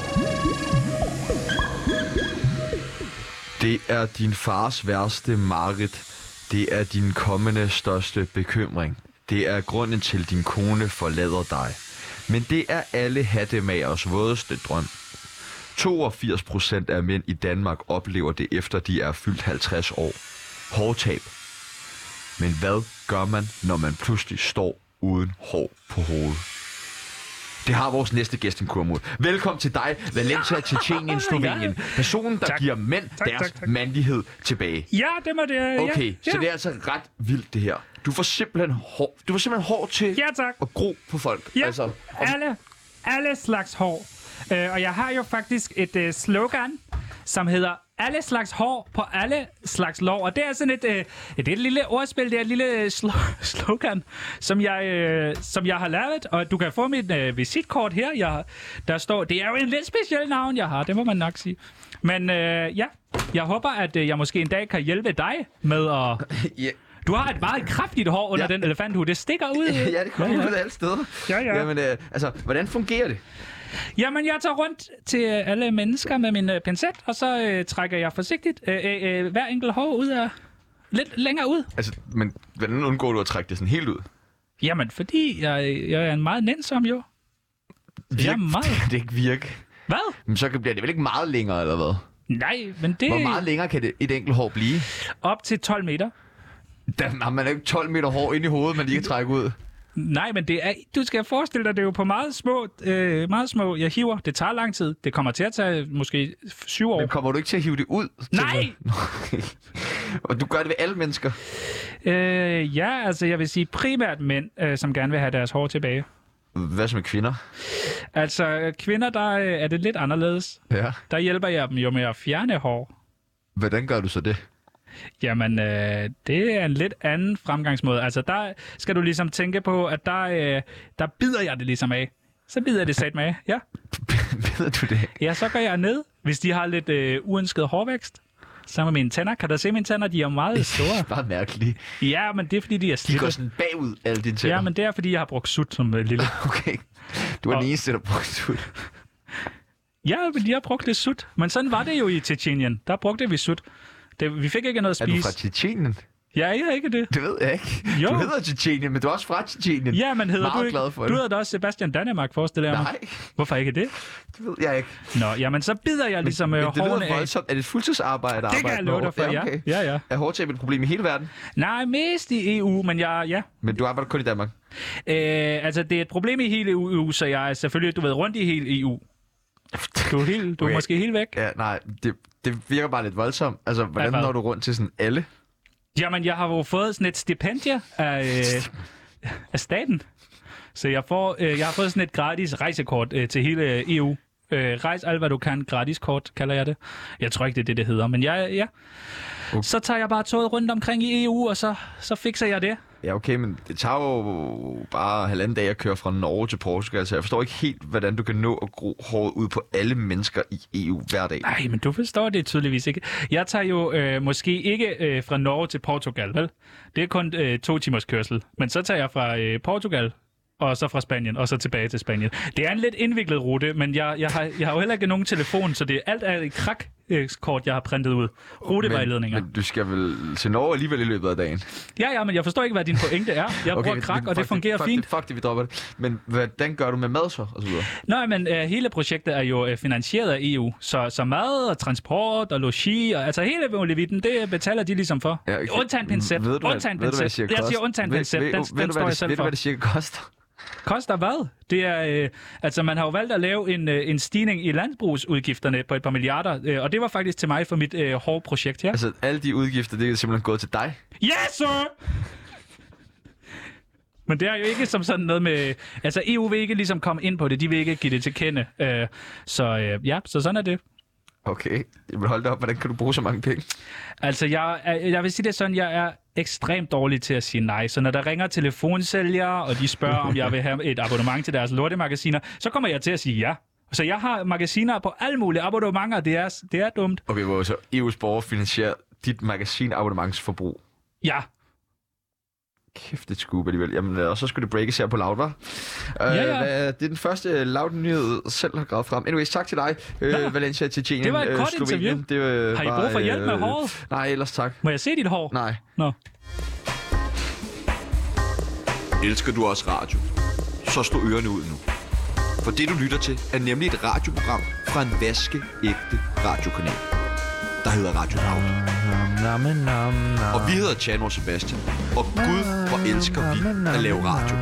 Det er din fars værste mareridt. Det er din kommende største bekymring. Det er grunden til, at din kone forlader dig. Men det er alle hattemagers vådeste drøm. toogfirs procent af mænd i Danmark oplever det, efter de er fyldt halvtreds år. Hårtab. Men hvad gør man, når man pludselig står uden hår på hovedet? Det har vores næste gæst en kur mod. Velkommen til dig, Valentina Tjetjenien, Slovenien. Personen, der tak. giver mænd tak, deres tak, tak. mandlighed tilbage. Ja, det må det. Okay, ja. så det er altså ret vildt det her. Du får simpelthen hår, du får simpelthen hår til ja, tak. at gro på folk. Ja, altså, og... alle, alle slags hår. Uh, og jeg har jo faktisk et uh, slogan, som hedder alle slags hår på alle slags lår. Og det er sådan et, uh, det er et lille ordspil, det er et lille sl- slogan, som jeg, uh, som jeg har lavet. Og du kan få mit uh, visitkort her. Jeg, der står, det er jo en lidt speciel navn, jeg har, det må man nok sige. Men uh, ja, jeg håber, at uh, jeg måske en dag kan hjælpe dig med at... yeah. Du har et meget kraftigt hår under ja. den elefanthue. Det stikker ud. Ja, det kommer ja, ja. ud af alle steder. Ja, ja. Jamen, øh, altså, hvordan fungerer det? Jamen, jeg tager rundt til øh, alle mennesker med min øh, pincet, og så øh, trækker jeg forsigtigt øh, øh, hver enkelt hår ud af lidt længere ud. Altså, men hvordan undgår du at trække det sådan helt ud? Jamen, fordi jeg, jeg er en meget nænsom, jo. Virk, jeg er meget... Det ikke virke. Hvad? Men så bliver det vel ikke meget længere, eller hvad? Nej, men det... Hvor meget længere kan det et enkelt hår blive? Op til tolv meter. Der har man ikke tolv meter hår inde i hovedet, man lige kan trække ud. Nej, men det er, du skal forestille dig, det er jo på meget små, øh, meget små, jeg hiver. Det tager lang tid. Det kommer til at tage måske syv år. Men kommer du ikke til at hive det ud? Nej! Og du gør det ved alle mennesker? Øh, ja, altså jeg vil sige primært mænd, øh, som gerne vil have deres hår tilbage. Hvad så med kvinder? Altså kvinder, der øh, er det lidt anderledes. Ja. Der hjælper jeg dem jo med at fjerne hår. Hvordan gør du så det? Jamen, øh, det er en lidt anden fremgangsmåde. Altså, der skal du ligesom tænke på, at der, øh, der bider jeg det ligesom af. Så bider jeg det sat med af, ja. Bider du det? Ja, så går jeg ned, hvis de har lidt øh, uønsket hårvækst. Sammen med mine tænder. Kan du se mine tænder? De er meget store. Det er bare mærkeligt. Ja, men det er, fordi de er slidte. De går sådan bagud, alle dine tænder. Ja, men det er, fordi jeg har brugt sut som øh, lille. Okay. Du er Og... den eneste, der har brugt sut. Ja, men de har brugt det sut. Men sådan var det jo i Tjetjenien. Der brugte vi sut. Det, vi fik ikke noget at spise. Er du fra Tjetjenien? Ja, jeg er ikke det. Det ved jeg ikke. Jo. Du hedder Tjetjenien, men du er også fra Tjetjenien. Ja, men hedder meget du ikke? Glad for du hedder da også Sebastian Danemark, forestiller jeg mig. Nej. Hvorfor ikke det? Det ved jeg ikke. Nå, jamen så bider jeg ligesom men, øh, men det hårene lyder voldsomt. Er det et fuldtidsarbejde? Det kan jeg love dig for, ja. Okay. ja, ja. Er hårtab et problem i hele verden? Nej, mest i E U, men jeg, ja. Men du arbejder kun i Danmark? Øh, altså, det er et problem i hele E U, så jeg er selvfølgelig, du ved, rundt i hele E U. Du er, helt, du er okay. måske helt væk. Ja, nej, det, det virker bare lidt voldsomt. Altså, hvordan når du rundt til sådan alle? Jamen, jeg har jo fået sådan et stipendie af, øh, af staten. Så jeg, får, øh, jeg har fået sådan et gratis rejsekort øh, til hele E U. Øh, rejs alt, hvad du kan. Gratis kort, kalder jeg det. Jeg tror ikke, det er det, det hedder. Men jeg, ja. Okay. Så tager jeg bare toget rundt omkring i E U, og så, så fikser jeg det. Ja, okay, men det tager jo bare halvanden dag at køre fra Norge til Portugal, så jeg forstår ikke helt, hvordan du kan nå at gro håret ud på alle mennesker i E U hver dag. Nej, men du forstår det tydeligvis ikke. Jeg tager jo øh, måske ikke øh, fra Norge til Portugal, vel? Det er kun øh, to timers kørsel. Men så tager jeg fra øh, Portugal, og så fra Spanien, og så tilbage til Spanien. Det er en lidt indviklet rute, men jeg, jeg, har, jeg har jo heller ikke nogen telefon, så det alt er et krakkort, jeg har printet ud. Rutevejledninger. Men, men du skal vel til Norge alligevel i løbet af dagen? Ja, ja, men jeg forstår ikke, hvad din pointe er. Jeg okay, bruger krak, og det fungerer fuck fint. Det, fuck det, vi dropper det. Men hvordan gør du med mad så? Og så videre? Nej, men uh, hele projektet er jo uh, finansieret af E U, så, så mad og transport og logi, og, altså hele molevitten, det betaler de ligesom for. Ja, okay. Undtagen pincet. Undtagen pincet. Jeg siger undtagen pincet. Den, den, den står jeg selv for. Ved du, hvad det cirka koster? Koster hvad? Det er, øh, altså man har jo valgt at lave en, øh, en stigning i landbrugsudgifterne på et par milliarder, øh, og det var faktisk til mig for mit øh, hårde projekt her. Altså alle de udgifter, det er simpelthen gået til dig? Yes, sir! Men det er jo ikke som sådan noget med... Altså E U vil ikke ligesom komme ind på det, de vil ikke give det til kende. Øh, så øh, ja, så sådan er det. Okay, men hold da op, hvordan kan du bruge så mange penge? Altså, jeg, jeg vil sige det sådan, jeg er ekstremt dårlig til at sige nej. Så når der ringer telefonsælgere, og de spørger, om jeg vil have et abonnement til deres lortemagasiner, så kommer jeg til at sige ja. Så jeg har magasiner på alle mulige abonnementer, det er, det er dumt. Okay, hvor så E U's borger finansierer dit magasinabonnementsforbrug. Ja. Kæft, det scoop alligevel. Jamen, og så skulle det breakes her på Loud, hva'? Ja, ja. Uh, det er den første Loud-nyhed, selv har gravet frem. Anyways, tak til dig, uh, Valencia Tjetjenien. Det var et kort uh, interview. Det, uh, har I brug for hjælp med uh, håret? Nej, ellers tak. Må jeg se dit hår? Nej. Nå. Elsker du også radio? Så slå ørerne ud nu. For det, du lytter til, er nemlig et radioprogram fra en vaskeægte radiokanal, der hedder Radio Loud. Og vi hedder Tjano og Sebastian, og Gud, hvor elsker vi at lave radio.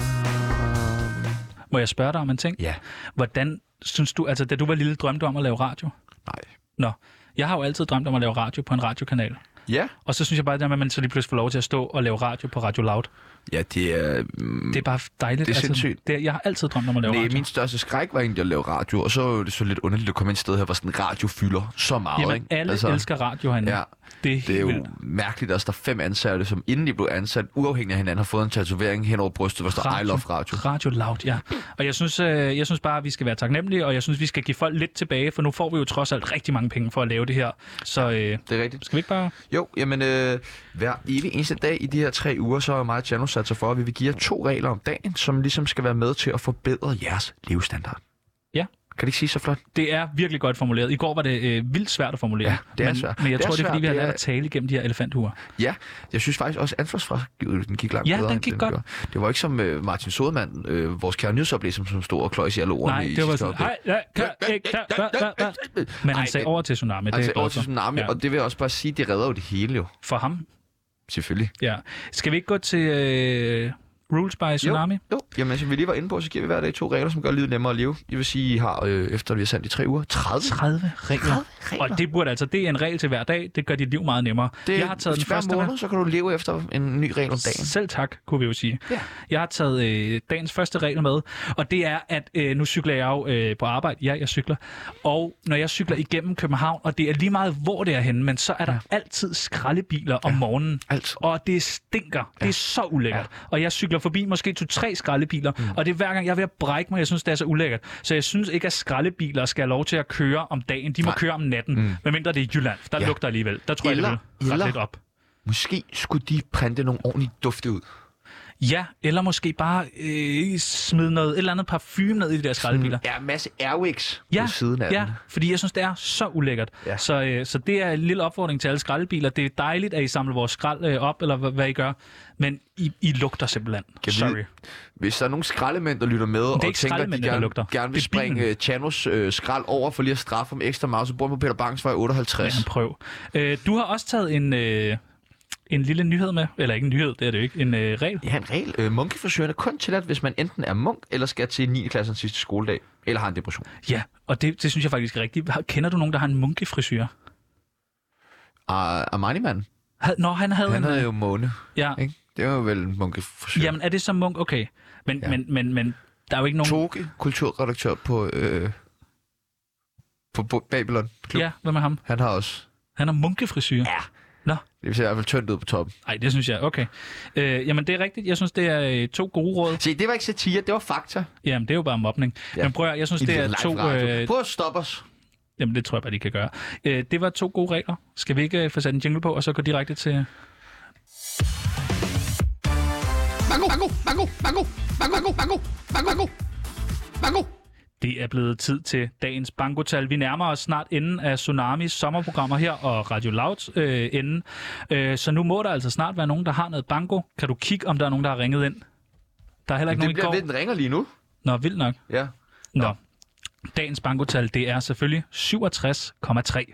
Må jeg spørge dig om en ting? Ja. Hvordan synes du, altså da du var lille, drømte du om at lave radio? Nej. Nå, jeg har jo altid drømt om at lave radio på en radiokanal. Ja. Og så synes jeg bare, at man så lige pludselig får lov til at stå og lave radio på Radio Loud. Ja, det er... Mm, det er bare dejligt. Det er sindssygt. Altså, det er, jeg har altid drømt om at lave Nej, radio. min største skræk var egentlig at lave radio, og så er det så lidt underligt at komme ind et sted her, hvor sådan radio fylder så meget. Jamen, ikke? alle altså, elsker radio herinde. Ja. Det er, det er jo vildt. mærkeligt, at der er fem ansatte, som inden de blev ansat, uafhængigt af hinanden, har fået en tatovering hen over brystet, hvor der står I love radio. Radio Loud, ja. Og jeg synes, øh, jeg synes bare, at vi skal være taknemmelige, og jeg synes, vi skal give folk lidt tilbage, for nu får vi jo trods alt rigtig mange penge for at lave det her. Så øh, det er rigtigt. Skal vi ikke bare... Jo, jamen øh, hver evig eneste dag i de her tre uger, så er mig og Tjano sat sig for, at vi vil give jer to regler om dagen, som ligesom skal være med til at forbedre jeres levestandard. Ja. Kan det ikke sige så flot? Det er virkelig godt formuleret. I går var det øh, vildt svært at formulere. Ja, det er men, svært. Men jeg det tror, det er, fordi vi har det er... lært at tale igennem de her elefanthuer. Ja, jeg synes faktisk også, at ansvarsfragivelsen gik langt ja, bedre. den gik den godt. Gjorde. Det var ikke som uh, Martin Sodemann, øh, vores kære nyhedsoplæser, som stod og kløjs i alle ordene. Nej, i det var sådan, hej, ja, kan, ikke, kan, men han sagde over til Tsunami. Han sagde over til Tsunami, Tsunami, og det vil jeg også bare sige, det redder jo det hele jo. For ham? Selvfølgelig. Ja. Skal vi ikke gå til... Øh... Rules by Tsunami? Jo, jo. Jamen, som vi lige var inde på, så giver vi hver dag to regler, som gør livet nemmere at leve. Det vil sige, I har, øh, efter vi har sendt i tre uger, tredive, tredive regler. tredive regler. Og det burde altså, det er en regel til hver dag. Det gør dit liv meget nemmere. Det, jeg har taget den første måned, så kan du leve efter en ny regel om dagen. Selv tak, kunne vi jo sige. Ja. Jeg har taget øh, dagens første regel med, og det er, at øh, nu cykler jeg jo øh, på arbejde. Ja, jeg cykler. Og når jeg cykler igennem København, og det er lige meget, hvor det er henne, men så er der ja. altid skraldebiler om ja. morgenen. Alt. Og det stinker. Ja. Det er så ulækkert. Ja. Og jeg cykler forbi måske to tre skraldebiler, mm. og det er hver gang, jeg er ved at brække mig, jeg synes, det er så ulækkert. Så jeg synes ikke, at skraldebiler skal have lov til at køre om dagen. De må Nej. køre om natten, mm. medmindre det er Jylland. Der ja. lugter alligevel. Der tror eller, jeg, det vil ret lidt op. Måske skulle de printe nogle ordentlige dufte ud. Ja, eller måske bare øh, smide noget, et eller andet parfume ned i de der skraldebiler. Ja, en masse Airwix ja, på siden af ja, den. fordi jeg synes, det er så ulækkert. Ja. Så, øh, så det er en lille opfordring til alle skraldebiler. Det er dejligt, at I samler vores skrald øh, op, eller hvad, hvad I gør. Men I, I lugter simpelthen. Kan Sorry. Vi, hvis der er nogle skraldemænd, der lytter med, og tænker, at de gerne, gerne vil springe uh, Chanos uh, skrald over for lige at straffe om ekstra meget, så bor på Peter Bangs vej otteoghalvtreds. Ja, prøv. Øh, du har også taget en... Øh, En lille nyhed med, eller ikke en nyhed, det er det jo ikke, en øh, regel. Ja, en regel. Øh, munkefrisøren er kun tilladt, hvis man enten er munk, eller skal til niende klassens sidste skoledag, eller har en depression. Ja, og det, det synes jeg faktisk er rigtigt. Kender du nogen, der har en munkefrisyr? Uh, Armani-manden? Nå, han havde Han en... havde jo måne, ja. ikke? Det var jo vel en munkefrisyr. Jamen, er det så munk? Okay. Men, ja. men, men, men der er jo ikke nogen... Toge, kulturredaktør på, øh, på, på Babylon Klub. Ja, hvad med ham? Han har også... Han har munkefrisyr? Ja. Nå. Det ser i hvert fald tyndt ud på toppen. Nej, det synes jeg. Okay. Øh, jamen, det er rigtigt. Jeg synes, det er øh, to gode råd. Se, det var ikke satire, det var fakta. Jamen, det er jo bare mobning. Ja. Men prøv at, jeg synes, I det er to... Øh... Prøv at stoppe os. Jamen, det tror jeg bare, de kan gøre. Øh, det var to gode regler. Skal vi ikke få sat en jingle på, og så gå direkte til... Mango, mango, mango, mango, mango, mango, mango, mango, mango. Det er blevet tid til dagens bankotal. Vi nærmer os snart enden af Tsunamis sommerprogrammer her, og Radio Louds øh, enden. Øh, så nu må der altså snart være nogen, der har noget banko. Kan du kigge, om der er nogen, der har ringet ind? Der er heller ikke det nogen i går. Det bliver ved, den ringer lige nu. Nå, vildt nok. Ja. Nå. Nå. Dagens bankotal, det er selvfølgelig syvogtres komma tre.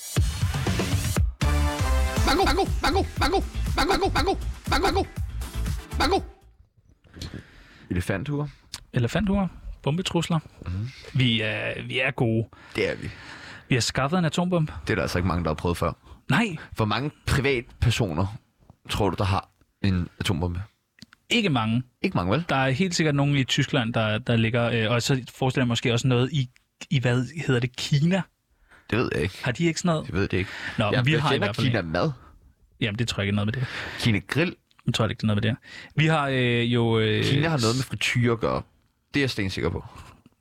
Mango, mango, mango, mango, mango, mango, mango, mango, mango. Elefanthuer. Elefanthuer. Bombetrusler. Mm-hmm. Vi, er, vi er gode. Det er vi. Vi har skaffet en atombombe. Det er der altså ikke mange, der har prøvet før. Nej. Hvor mange privatpersoner tror du, der har en atombombe? Ikke mange. Ikke mange, vel? Der er helt sikkert nogen i Tyskland, der, der ligger... Øh, og så forestiller jeg måske også noget i, i, hvad hedder det, Kina? Det ved jeg ikke. Har de ikke sådan noget? Jeg ved det ikke. Nå, jeg vi har i hvert fald Kina mad. Jamen, det tror jeg ikke er noget med det. Kina grill? Jeg tror ikke, det er noget med det. Vi har øh, jo... Øh, Kina har noget med frityre at gøre. Det er jeg stensikker på.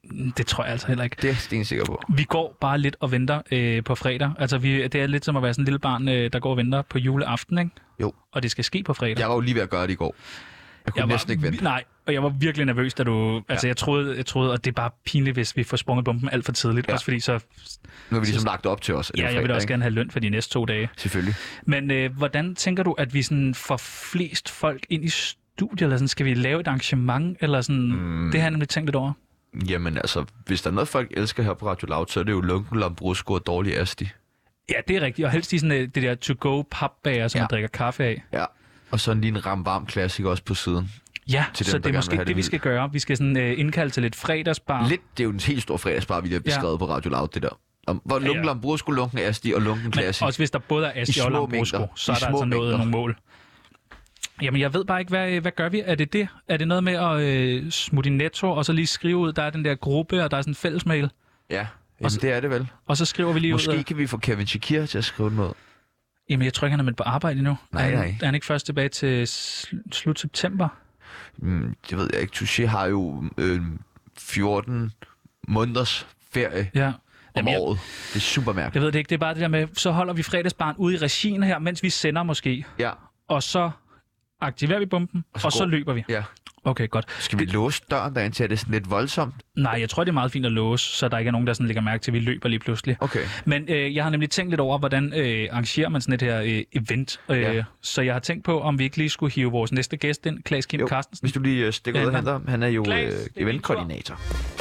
Det tror jeg altså heller ikke. Det er jeg stensikker på. Vi går bare lidt og venter øh, på fredag. Altså, vi, det er lidt som at være sådan en lille barn, øh, der går og venter på juleaften, ikke? Jo. Og det skal ske på fredag. Jeg var jo lige ved at gøre det i går. Jeg kunne jeg næsten var, ikke vente. Nej, og jeg var virkelig nervøs, da du... Altså, ja. jeg, troede, jeg troede, at det er bare pinligt, hvis vi får sprunget bomben alt for tidligt. Ja. Også fordi så... Nu har vi ligesom så, lagt op til os. Ja, jeg vil også ikke? gerne have løn for de næste to dage. Selvfølgelig. Men øh, hvordan tænker du, at vi sådan får flest folk ind i studiet? Eller sådan, skal vi lave et arrangement? Eller sådan... Mm. Det har jeg nemlig tænkt lidt over. Jamen altså, hvis der er noget, folk elsker her på Radio Loud, så er det jo lunken, lambrusco og dårlig asti. Ja, det er rigtigt. Og helst i sådan det der to-go papbager, som ja. man drikker kaffe af. Ja, og så lige en ram varm klassiker også på siden. Ja, til så dem, det er måske det, det vi skal gøre. Vi skal sådan uh, indkalde til lidt fredagsbar. Lidt, det er jo en helt stor fredagsbar, vi har beskrevet ja. på Radio Loud, det der. Om, hvor lunken ja, ja. lambrusco, lunken asti og lunken klassik. Men også hvis der både er asti og lambrusco, så er der altså noget, nogle mål. Jamen, jeg ved bare ikke, hvad, hvad gør vi? Er det det? Er det noget med at øh, smutte i Netto, og så lige skrive ud, der er den der gruppe, og der er sådan en fællesmail? Ja, jamen, så, det er det vel. Og så skriver vi lige Måske ud... Måske kan vi få Kevin Shakir til at skrive noget. Jamen, jeg tror ikke, han er med på arbejde endnu. Nej, er, nej. Er han ikke først tilbage til sl- slut september? Mm, det ved jeg ikke. Touché har jo øh, fjorten måneders ferie. Ja. Om Jamen, jeg, året. Det er super mærkeligt. Jeg ved det ikke. Det er bare det der med, så holder vi fredagsbarn ude i regien her, mens vi sender måske. Ja. Og så aktiverer vi bomben, og så, og så løber vi. Ja. Okay, godt. Skal vi det... låse døren derind til, at det er sådan lidt voldsomt? Nej, jeg tror, det er meget fint at låse, så der ikke er nogen, der sådan lægger mærke til, at vi løber lige pludselig. Okay. Men øh, jeg har nemlig tænkt lidt over, hvordan øh, arrangerer man sådan et her øh, event. Øh, ja. Så jeg har tænkt på, om vi ikke lige skulle hive vores næste gæst ind, Claes Kim Carstensen. Hvis du lige øh, stikker ud og henter. Han er jo øh, eventkoordinator.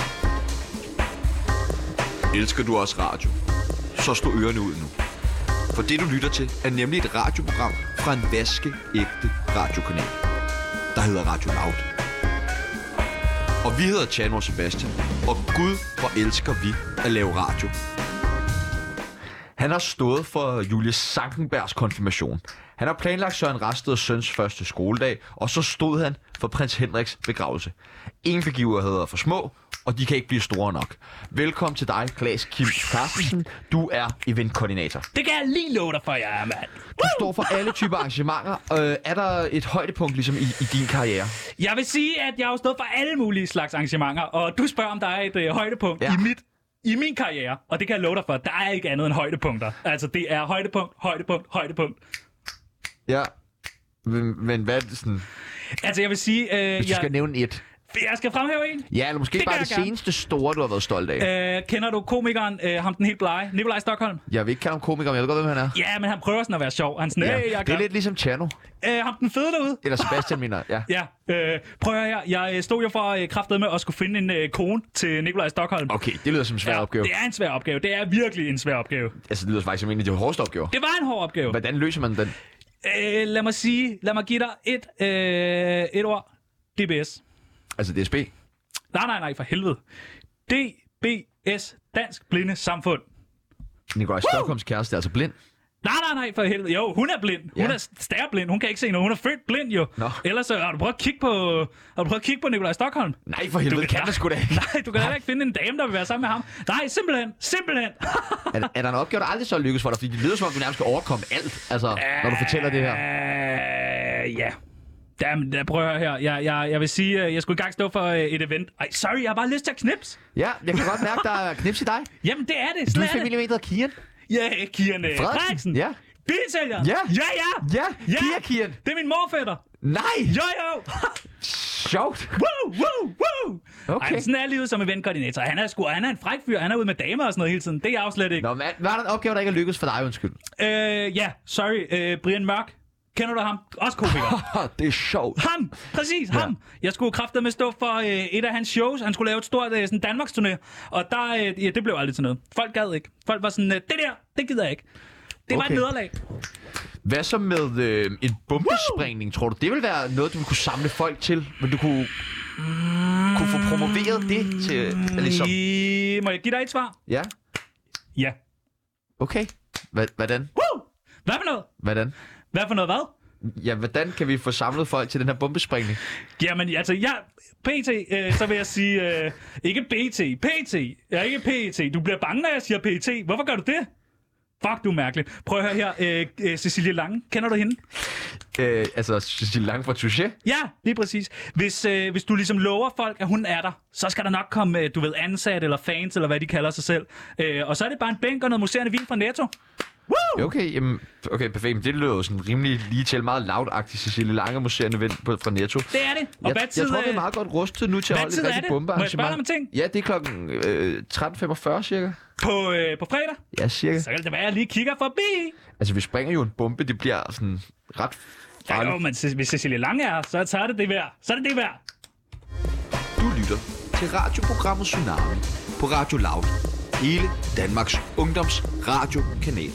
Elsker du også radio? Så slå ørerne ud nu. For det, du lytter til, er nemlig et radioprogram fra en vaskeægte radiokanal, der hedder Radio Loud. Og vi hedder Tjano og Sebastian, og Gud, hvor elsker vi at lave radio. Han har stået for Julie Sankenbergs konfirmation. Han har planlagt Søren Rasteds søns første skoledag, og så stod han for prins Henriks begravelse. Ingen begivenheder er for små, og de kan ikke blive store nok. Velkommen til dig, Claes Kim Carstensen. Du er eventkoordinator. Det kan jeg lige love dig for, jeg er, mand. Du står for alle typer arrangementer. Øh, er der et højdepunkt ligesom i, i din karriere? Jeg vil sige, at jeg har stået for alle mulige slags arrangementer, og du spørger, om der er et øh, højdepunkt ja. i mit I min karriere, og det kan jeg love dig for, der er ikke andet end højdepunkter. Altså, det er højdepunkt, højdepunkt, højdepunkt. Ja, men, men hvad er det sådan? Altså, jeg vil sige... Øh, Hvis du jeg... skal nævne et. Jeg skal fremhæve en. Ja, eller måske det bare det seneste store, du har været stolt af. Øh, kender du komikeren, øh, ham den helt blege, Nikolaj Stockholm? Jeg vil ikke kalde ham komiker, men jeg ved godt, hvem han er. Ja, men han prøver sådan at være sjov. Han sådan, ja. hey, jeg det er lidt ligesom Tjano. Øh, ham den fede derude. Eller Sebastian, mener ja. Ja, øh, prøv at høre her. Jeg stod jo for øh, kraftet med at skulle finde en øh, kone til Nikolaj Stockholm. Okay, det lyder som en svær ja, opgave. det er en svær opgave. Det er virkelig en svær opgave. Altså, det lyder faktisk som en af de hårdeste opgaver. Det var en hård opgave. Hvordan løser man den? Øh, lad mig sige, lad mig give dig et, øh, et ord. D B S. Altså D S B? Nej, nej, nej, for helvede. D B S, Dansk Blinde Samfund. Nikolaj Stockholms kæreste er altså blind? Nej, nej, nej, for helvede. Jo, hun er blind. Hun ja. er stærblind. Hun kan ikke se noget. Hun er født blind, jo. Nå. Ellers så har du prøvet at kigge på, har du prøvet at kigge på Nikolaj Stockholm? Nej, for helvede, du kan, kan det sgu da ikke. Nej, du kan heller ikke finde en dame, der vil være sammen med ham. Nej, simpelthen. Simpelthen. er, der, er der en opgave, der aldrig så lykkes for dig? Fordi det lyder som om, du nærmest skal overkomme alt, altså, uh, når du fortæller det her. Uh, ja. Jamen, der prøver jeg her. Jeg, jeg, jeg vil sige, jeg skulle i gang stå for et event. Ej, sorry, jeg har bare lyst til at knips. Ja, jeg kan godt mærke, der er knips i dig. Jamen, det er det. Sådan du er familie med, der Kian. Ja, Kian Frederiksen. Ja. Bilsælgeren. Ja. Ja, ja. Ja, ja. Kia Kian. Det er min morfætter. Nej. Jo, jo. Sjovt. Woo, woo, woo. Okay. Ej, sådan er livet som eventkoordinator. Han er sgu, han er en fræk fyr. Han er ude med damer og sådan noget hele tiden. Det er jeg jo slet ikke. Nå, men var der en opgave, der ikke er lykkedes for dig, undskyld? Øh, ja, sorry. Øh, Brian Mørk. Kender du ham? Også komiker. Det er sjovt. Ham! Præcis, ja. ham! Jeg skulle kraftedeme stå for øh, et af hans shows. Han skulle lave et stort øh, sådan Danmarksturné. Og der, øh, ja, det blev aldrig til noget. Folk gad ikke. Folk var sådan, øh, det der, det gider jeg ikke. Det okay. var et nederlag. Hvad så med øh, en bombesprængning, tror du? Det ville være noget, du kunne samle folk til? Men du kunne, mm. kunne få promoveret det til... Ligesom... Må jeg give dig et svar? Ja. Ja. Okay. H- hvordan? Woo! Hvad for noget? Hvordan? Hvad for noget hvad? Ja, hvordan kan vi få samlet folk til den her bombesprængning? Jamen, altså, jeg... P T, øh, så vil jeg sige... Øh, ikke B T. P T. Jeg er ikke P T. Du bliver bange, når jeg siger P T. Hvorfor gør du det? Fuck, du er mærkelig. Prøv at høre her. Øh, øh, Cecilie Lange, kender du hende? Øh, altså, Cecilie Lange fra Touché? Ja, lige præcis. Hvis, øh, hvis du ligesom lover folk, at hun er der, så skal der nok komme, øh, du ved, ansat eller fans, eller hvad de kalder sig selv. Øh, og så er det bare en bænk og noget museerne vin fra Netto. Woo! Okay, jamen, okay, perfekt. Men det lyder jo sådan rimelig lige til meget loud-agtigt, Cecilie Lange museerne vin fra Netto. Det er det. Og jeg, hvad tid, jeg tror, vi er meget godt rustet nu til at holde et rigtig bombearrangement. Må jeg spørge dig om en ting? Ja, det er klokken øh, tretten femogfyrre cirka. På, øh, på fredag? Ja, cirka. Så kan det være, at jeg lige kigger forbi. Altså, vi springer jo en bombe, det bliver sådan ret farligt. Ja, jo, men hvis Cecilie Lange er, så tager det det værd. Så er det det værd. Du lytter til radioprogrammet Tsunami på Radio Loud. Hele Danmarks ungdoms radiokanal.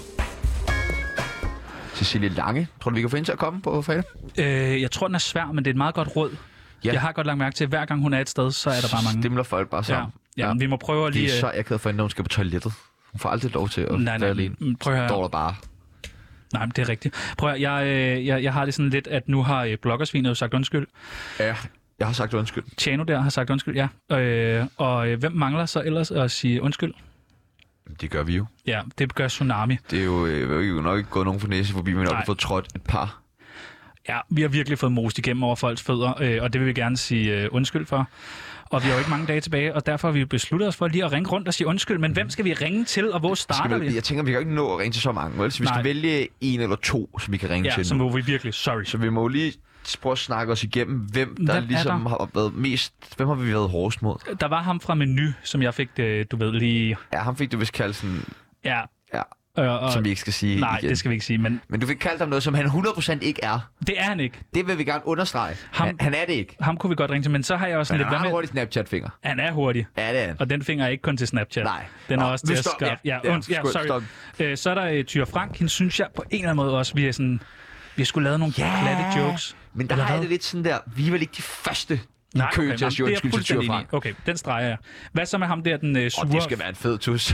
Cecilie Lange, tror du, vi kan få hende til at komme på fredag? Øh, jeg tror, den er svær, men det er et meget godt råd. Ja. Jeg har godt lagt mærke til, at hver gang hun er et sted, så er der bare mange. Stemler folk bare sammen. Ja, ja, ja. Vi må prøve at lige... Det er så akavet for hende, når hun skal på toilettet. Hun får aldrig lov til at nej, nej, alene. Prøv at står der bare. Nej, men det er rigtigt. Prøv at, jeg, jeg, jeg har det sådan lidt, at nu har bloggersvinet jo sagt undskyld. Ja, jeg har sagt undskyld. Tjano der har sagt undskyld, ja. Øh, og øh, hvem mangler så ellers at sige undskyld? Det gør vi jo. Ja, det gør Tsunami. Det er jo, øh, jo nok ikke gået nogen for næse forbi, men vi har fået trådt et par. Ja, vi har virkelig fået most igennem over folks fødder, øh, og det vil vi gerne sige øh, undskyld for. Og vi har jo ikke mange dage tilbage, og derfor har vi besluttet os for lige at ringe rundt og sige undskyld. Men hvem skal vi ringe til, og hvor starter vi? vi? Jeg tænker, vi kan ikke nå at ringe til så mange, vel? Så vi Nej. skal vælge en eller to, som vi kan ringe ja, til så nu. må vi virkelig, sorry. Så vi må lige prøve at snakke os igennem, hvem der hvem ligesom der? har været mest... Hvem har vi været hårdest mod? Der var ham fra Menu, som jeg fik, du ved, lige... Ja, ham fik du vist kaldt sådan... Ja. Ja. Øh, og... Som vi ikke skal sige Nej, igen. det skal vi ikke sige, men... Men du fik kaldt ham noget, som han hundrede procent ikke er. Det er han ikke. Det vil vi gerne understrege. Ham... Han, han er det ikke. Ham kunne vi godt ringe til, men så har jeg også Men lidt... han har med... en hurtig Snapchat-finger. Han er hurtig. Ja, det er han. Og den finger er ikke kun til Snapchat. Nej. Den er Nå, også til at stop. skaffe. Ja, Ja, und... ja, skål, sorry. Øh, så er der uh, Tyre Frank. Hende synes jeg på en eller anden måde også, vi er sådan... Vi har sgu lavet nogle Ja, platte jokes. Men der Eller har jeg hvad? det lidt sådan der... Vi er vel ikke de første i Nej, kø okay, til at sige det er jeg undskyld til Tyre fuldstændig Frank. enig i. Okay, den streger jeg. Hvad så med ham der, den uh, sure... Og det skal være en fed tus.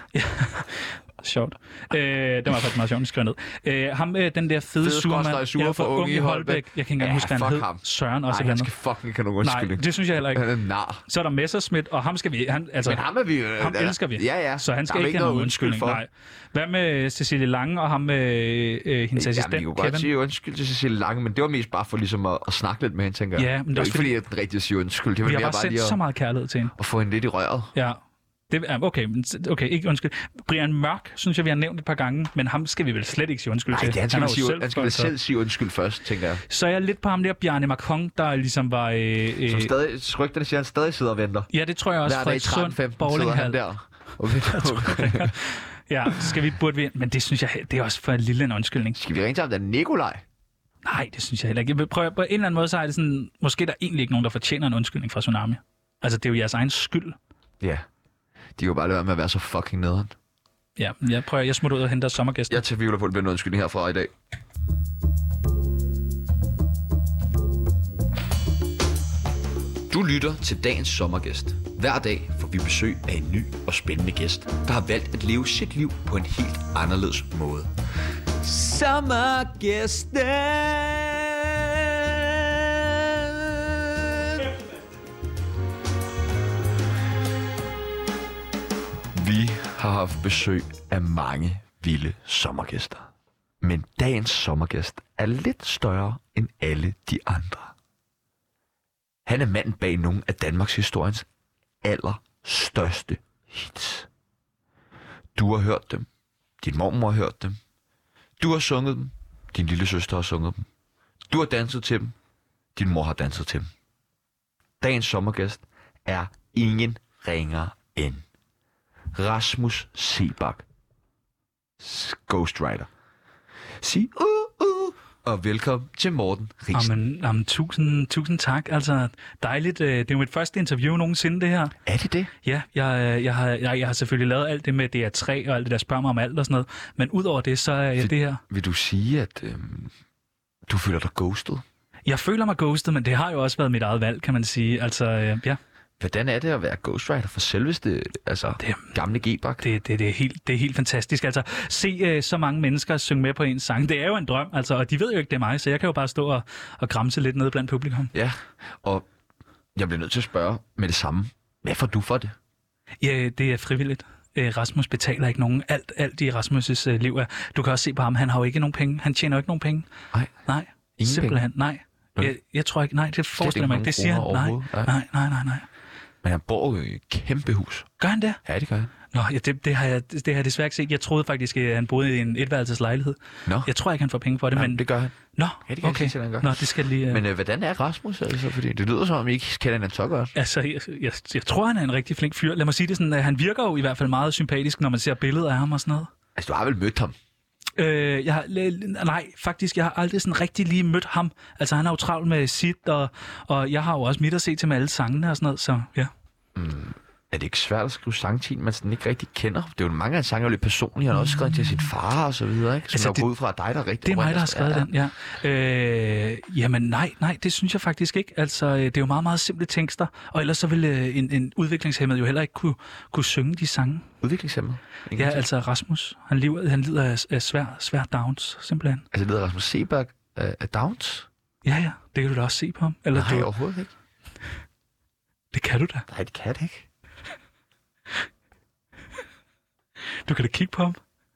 Sjovt. Øh, det var faktisk meget sjovt, skrev ned. Øh, ham, øh, den der fede, Fede surmand, skråstreg sure ja, for unge i Holbæk. Jeg kan ikke engang Ja, huske, hvad han fuck hed. ham. Søren også. Nej, han eller skal andet. fucking ikke have nogen Nej, undskyldning. det synes jeg heller ikke. Han er nar. Så er der Messerschmidt, og ham skal vi... Han, altså, Men ham er vi jo... ham der- elsker vi. Ja, ja. Så han skal Der er ikke have nogen undskyldning. for. Nej. Hvad med Cecilie Lange og ham med øh, hendes Jamen, assistent, vi kunne godt Kevin? sige undskyld til Cecilie Lange, men det var mest bare for ligesom at, at snakke lidt med hende, tænker jeg. Ja, men det det er var også ikke fordi, at den rigtige siger undskyld. Det var Vi har mere bare bare sendt lige så at, meget kærlighed til hende. at få hende lidt i røret. Ja. Det, er- okay, men- okay, ikke undskyld. Brian Mørk, synes jeg, vi har nævnt et par gange, men ham skal vi vel slet ikke sige undskyld Nej, til. det, han skal, er han jo sige, selv han skal for- vel så- selv sige undskyld først, tænker jeg. Så er jeg lidt på ham der, Bjarne Macron, der ligesom var... Øh, Som øh, stadig, rygterne siger, han stadig sidder og venter. ja, det tror jeg også. Hver dag tretten Frederikssund femten sidder han Bowlinghal. der. Okay, okay. Ja, skal vi burde vi... Men det synes jeg, det er også for en lille en undskyldning. Skal vi ringe til ham, der er Nikolaj? Nej, det synes jeg heller ikke. Jeg vil prøve, på en eller anden måde, så er det sådan... Måske der er egentlig ikke nogen, der fortjener en undskyldning fra Tsunami. Altså, det er jo jeres egen skyld. Ja. De kan jo bare lade være med at være så fucking nederen. Ja, jeg prøver, jeg smutter ud og henter sommergæster. Jeg tvivler på, at det bliver en undskyldning herfra i dag. Du lytter til dagens sommergæst. Hver dag får vi besøg af en ny og spændende gæst, der har valgt at leve sit liv på en helt anderledes måde. Sommergæsten! Vi har haft besøg af mange vilde sommergæster. Men dagens sommergæst er lidt større end alle de andre. Han er manden bag nogle af Danmarks historiens allerstørste hits. Du har hørt dem. Din mormor har hørt dem. Du har sunget dem. Din lille søster har sunget dem. Du har danset til dem. Din mor har danset til dem. Dagens sommergæst er ingen ringere end Rasmus Seebach, Ghostwriter. Sig uh, uh, og velkommen til Morten Riesen. Jamen, jamen, tusind, tusind tak. Altså, dejligt. øh, Det er jo mit første interview nogensinde, det her. Er det det? Ja, jeg, øh, jeg, har, jeg, jeg har selvfølgelig lavet alt det med D R tre og alt det der spørger mig om alt og sådan noget. Men udover det, så er jeg det her. Vil du sige, at øhm, du føler dig ghostet? Jeg føler mig ghostet, men det har jo også været mit eget valg, kan man sige. Altså, øh, ja. Hvordan er det at være ghostwriter for selveste, altså Det- gamle G-Bak? Det, det, det, er helt, det er helt fantastisk. Altså, se øh, så mange mennesker synge med på en sang. Det er jo en drøm, altså, og de ved jo ikke, det er mig, så jeg kan jo bare stå og, og gramse lidt nede blandt publikum. Ja, og jeg bliver nødt til at spørge med det samme. Hvad får du for det? Ja, det er frivilligt. Øh, Rasmus betaler ikke nogen. Alt, alt i Rasmus' øh, liv er... Du kan også se på ham, han har jo ikke nogen penge. Han tjener jo ikke nogen penge. Nej. Nej, Ingen simpelthen. Nej. Jeg, jeg tror ikke... Nej, det forestiller mig ikke. Det siger han. Nej, nej, nej, nej, nej. Men han bor jo i et kæmpe hus. Gør han det? Ja, det gør han. Nå, ja, det, det, har jeg, det har jeg desværre ikke set. Jeg troede faktisk, at han boede i en etværelseslejlighed. Nå. Jeg tror ikke, han får penge for det, Ja, men... det gør han. Nå, Ja, det kan okay. jeg sige, han gør. Nå, det skal lige... Uh... Men øh, hvordan er Rasmus altså? Fordi det lyder som om, I ikke kender hinanden så godt. Altså, jeg, jeg, jeg tror, han er en rigtig flink fyr. Lad mig sige det sådan, at han virker jo i hvert fald meget sympatisk, når man ser billeder af ham og sådan noget. Altså, du har vel mødt ham? Øh, jeg har, nej, faktisk, jeg har aldrig sådan rigtig lige mødt ham. Altså, han har jo travlt med sit, og, og jeg har jo også mit at se til med alle sangene og sådan noget, så ja. Mm. Er det ikke svært at skrive sang til en, man sådan ikke rigtig kender? Det er jo mange af sange, der er lidt personlige. Han har også skrevet til sin far og så videre, ikke? Som altså, er gået ud fra dig, der er rigtig... Det er mig, der har skrevet ja. den, ja. Øh, jamen nej, nej, det synes jeg faktisk ikke. Altså, det er jo meget, meget simple tekster, og ellers så ville en, en udviklingshæmmet jo heller ikke kunne, kunne synge de sange. Udviklingshæmmet? Ja, altså Rasmus. Han lider, han lider af, af svær, svær Downs, simpelthen. Altså lider Rasmus Seberg af, af Downs? Ja, ja, det kan du da også se på ham. Eller nej, du... overhovedet ikke. Det kan du da. Nej, det kan det ikke. Du kan da kigge på ham.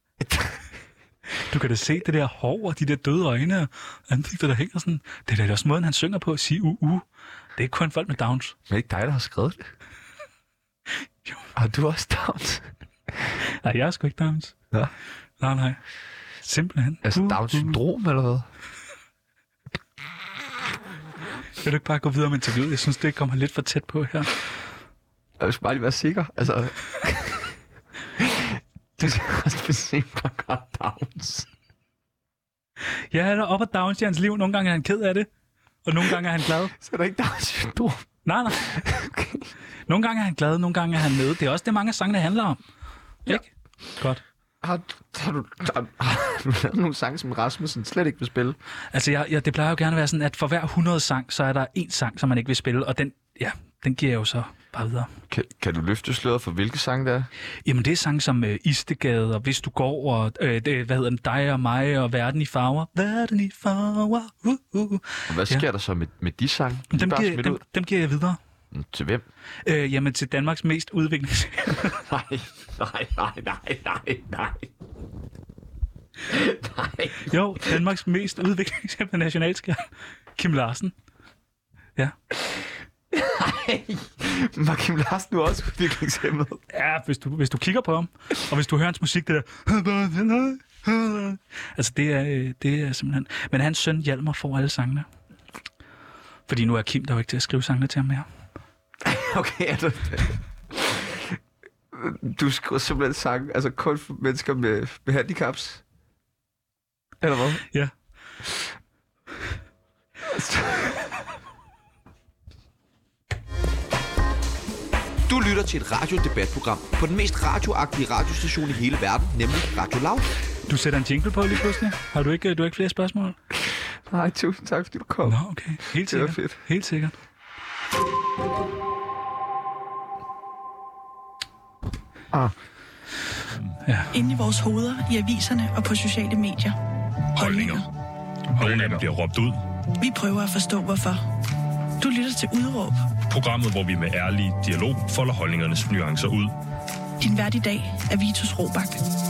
Du kan da se det der hår og de der døde øjne og ansigter, der hænger sådan. Det er da også måden, han synger på at sige uh, uh. Det er ikke kun folk med Downs. Men det er ikke dig, der har skrevet det? Jo. Har du også Downs? Nej, jeg har sgu ikke Downs. Ja. Nej, nej. Simpelthen. Altså uh, Downs syndrom, uh. eller hvad? Vil du ikke bare gå videre med interviewet? Jeg synes, det kommer lidt for tæt på her. Jeg skal bare lige være sikker. Altså... Du skal også besøge på godt Downs. Ja, han er op og Downs i hans liv. Nogle gange er han ked af det, og nogle gange er han glad. Så er der ikke Downs syndrom? Nej, nej. Okay. Nogle gange er han glad, nogle gange er han nede. Det er også det, mange af sangene handler om. Ja. Ikke? Godt. Har, har, du, har, har du lavet nogle sange, som Rasmussen slet ikke vil spille? Altså, jeg, jeg, det plejer jo gerne at være sådan, at for hver hundrede sang, så er der en sang, som man ikke vil spille, og den, ja, den giver jeg jo så bare videre. Kan, kan du løfte sløret for hvilke sange det er? Jamen, det er sange som øh, Istegade, og Hvis du går, og øh, det, hvad hedder den, Dig og mig, og Verden i farver. Verden i farver. Uh, uh. Og hvad sker ja. der så med, med de sange? De dem, giver, dem, dem giver jeg videre. Til hvem? Øh, jamen, til Danmarks mest udviklings... nej, nej, nej, nej, nej, nej. Nej. Jo, Danmarks mest udviklingshæmmede nationalskjern. Kim Larsen. Ja. Nej. Var Kim Larsen nu også udviklingshæmmet? Ja, hvis du, hvis du kigger på ham, og hvis du hører hans musik, det der... Altså, det er, det er simpelthen... Men hans søn Hjalmar får alle sangene. Fordi nu er Kim der jo ikke til at skrive sangene til ham mere. Okay, er du... Du skriver simpelthen sange, altså kun for mennesker med, med handicaps? Eller hvad? Ja. Du lytter til et radiodebatprogram på den mest radioagtige radiostation i hele verden, nemlig Radio Loud. Du sætter en jingle på lige pludselig. Har du ikke, du har ikke flere spørgsmål? Nej, tusind tak, fordi du kom. Nå, okay. Helt sikkert. Det var fedt. Helt sikkert. Ah. Ja. Inde i vores hoveder, i aviserne og på sociale medier. Holdninger. Nogle af dem bliver råbt ud. Vi prøver at forstå, hvorfor. Du lytter til Udråb. Programmet, hvor vi med ærlig dialog folder holdningernes nuancer ud. Din vært i dag er Vitus Robak.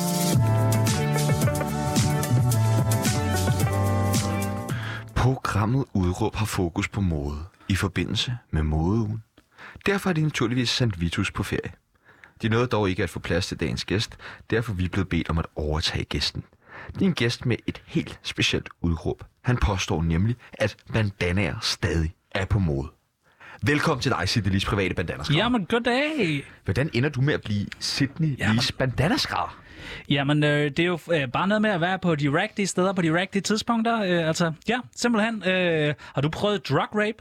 Programmet Udråb har fokus på mode i forbindelse med modeugen. Derfor er de naturligvis sendt Vitus på ferie. De nåede dog ikke at få plads til dagens gæst, derfor er vi blevet bedt om at overtage gæsten. Det er en gæst med et helt specielt udråb. Han påstår nemlig, at bandanaer stadig er på mode. Velkommen til dig, Sidney Lis, private bandanaskrædder. Jamen, goddag. Hvordan ender du med at blive Sidney Jamen. Lis bandanaskrædder? Jamen, øh, det er jo øh, bare noget med at være på de rigtige steder, på de rigtige tidspunkter. Øh, altså, ja, simpelthen. Øh, har du prøvet drug rape?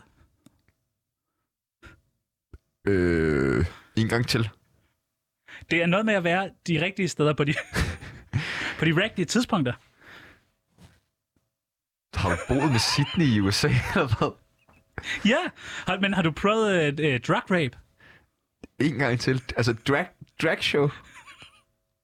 Øh, en gang til. Det er noget med at være de rigtige steder på de, på de rigtige tidspunkter. Har du boet med Sidney i U S A, eller hvad? Ja, har, men har du prøvet uh, uh, drug rape? En gang til. Altså drag, drag show.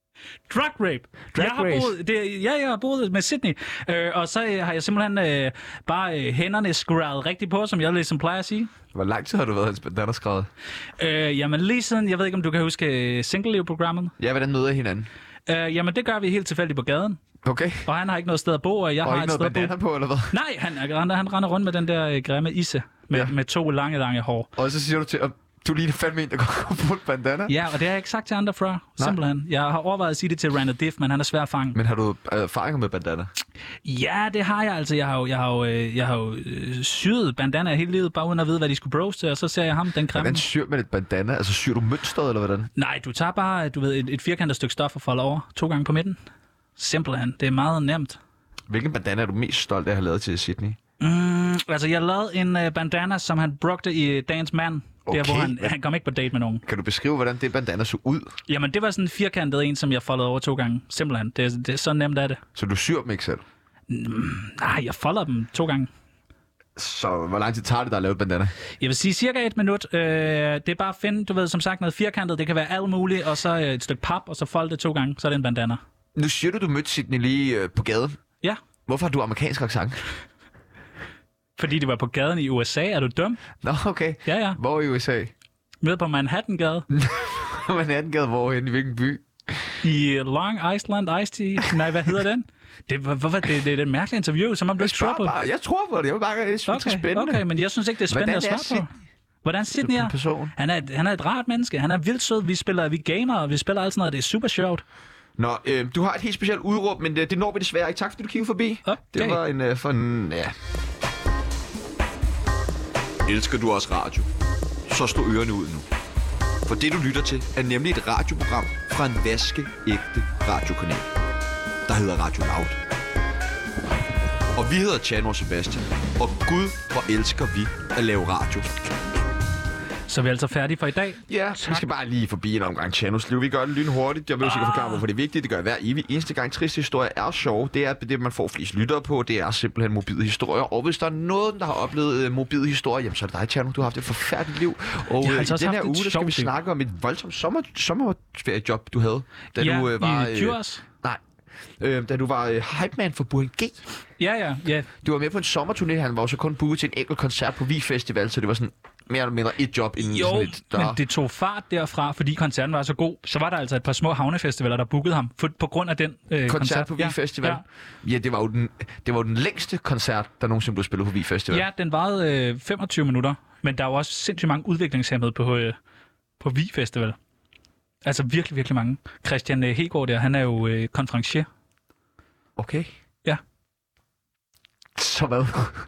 Drug rape. Drag jeg har race. boet, det, ja, jeg har boet med Sydney. Øh, og så øh, har jeg simpelthen øh, bare øh, hænderne skruet rigtig på, som jeg ligesom plejer at sige. Hvor lang tid har du været hans bandanerskrevet? Øh, jamen lige siden, jeg ved ikke, om du kan huske Single-liv-programmet. Ja, hvordan møder I hinanden? Øh, jamen det gør vi helt tilfældigt på gaden. Okay. Og han har ikke noget sted at bo, og jeg Og har ikke et noget sted at bo. bandaner på, eller hvad? Nej, han, han, han render rundt med den der øh, grimme isse med, Ja. ja. med to lange, lange hår. Og så siger du til, at du ligner fandme en, der går på et bandana. Ja, og det har jeg ikke sagt til andre før. Simpelthen. Jeg har overvejet at sige det til Randall Diff, men han er svær at fange. Men har du øh, erfaringer med bandana? Ja, det har jeg altså. Jeg har jo, jeg har jo, øh, jeg har jo øh, syet bandanaer hele livet, bare uden at vide, hvad de skulle bros til, og så ser jeg ham, den grimme. Hvordan syr man et bandana? Altså syr du mønstret, eller hvordan? Nej, du tager bare, du ved, et, et firkantet stykke stof og folder over to gange på midten. Simpelthen. Det er meget nemt. Hvilken bandana er du mest stolt af at have lavet til Sydney? Mm, altså, jeg lavede en uh, bandana, som han brugte i Dagens Mand. Okay, Der, hvor han, men- han kom ikke på date med nogen. Kan du beskrive, hvordan det bandana så ud? Jamen, det var sådan en firkantet en, som jeg foldede over to gange. Simpelthen. Det, det er så nemt af det. Så du syr dem ikke selv? Nej, jeg folder dem to gange. Så hvor lang tid tager det, der at lave et bandana? Jeg vil sige cirka et minut. Øh, det er bare at finde, du ved, som sagt, noget firkantet. Det kan være alt muligt, og så øh, et stykke pap, og så folde det to gange. Så er det en bandana. Nu siger du, du mødte Sydney lige øh, på gaden. Ja, Hvorfor har du amerikansk accent? fordi det var på gaden i U S A. Er du dum? Nå, okay. Ja, ja. Hvor i U S A? Nede på Manhattangade. Manhattangade, hvorhen? I hvilken by? I Long Island Ice Tea. Nej, hvad hedder den? Det, hvorfor, det, det er et mærkeligt interview, som om du Jeg ikke tror spørger på. bare. Jeg tror på det. Jeg vil bare jeg synes, det er Okay, spændende. okay, men jeg synes ikke, det er spændende Hvordan er at svare på. Sydney? Hvordan Sydney Som er? person? Han er, et, han er et rart menneske. Han er vildt sød. Vi spiller, vi gamer, og vi spiller alt sådan noget. Det er super sjovt. Nå, øh, du har et helt specielt udråb, men det, det når vi desværre ikke. Tak fordi du kiggede forbi. Okay. Det var en, øh, for en, ja. Elsker du også radio? Så slå ørerne ud nu. For det du lytter til er nemlig et radioprogram fra en vaskeægte radiokanal, der hedder Radio Loud. Og vi hedder Tjano og Sebastian, og Gud, hvor elsker vi at lave radio. Så er vi altså færdige for i dag. Ja, vi skal bare lige forbi en omgang Chanos liv. Vi gør det lynhurtigt. Jeg vil sikkert forklare, hvorfor det er vigtigt. Det gør jeg hver evig eneste gang. Triste historier er sjove. Det er det, man får flest lyttere på. Det er simpelthen mobile historier. Og hvis der er nogen, der har oplevet uh, mobile historier, jamen så er det dig, Chano. Du har haft et forfærdeligt liv. Og Jeg har uh, altså i også den her haft et uge, der skal sjovt vi liv. snakke om et voldsomt sommer, sommerferiejob, du havde. Da Ja, du uh, var... i Djurs. nej. Øh, da du var uh, hype-man for Burhan G. Ja, ja, ja. Du var med på en sommerturné. Han var jo så kun booket til en enkelt koncert på Vi Festival, så det var sådan mere eller mindre et job inden Jo, sådan et større... men det tog fart derfra, fordi koncerten var så god. Så var der altså et par små havnefestivaler, der bookede ham for, på grund af den øh, koncert, koncert på Vi ja, Festival. Ja, Ja, det var jo den, det var jo den længste koncert, der nogensinde blev spillet på Vi Festival. ja, den varede øh, femogtyve minutter, men der er jo også sindssygt mange udviklingshæmmede på, øh, på Vi Festival. Altså virkelig, virkelig mange. Christian øh, Hegård der, han er jo øh, konferencier. Okay. Ja. Så hvad?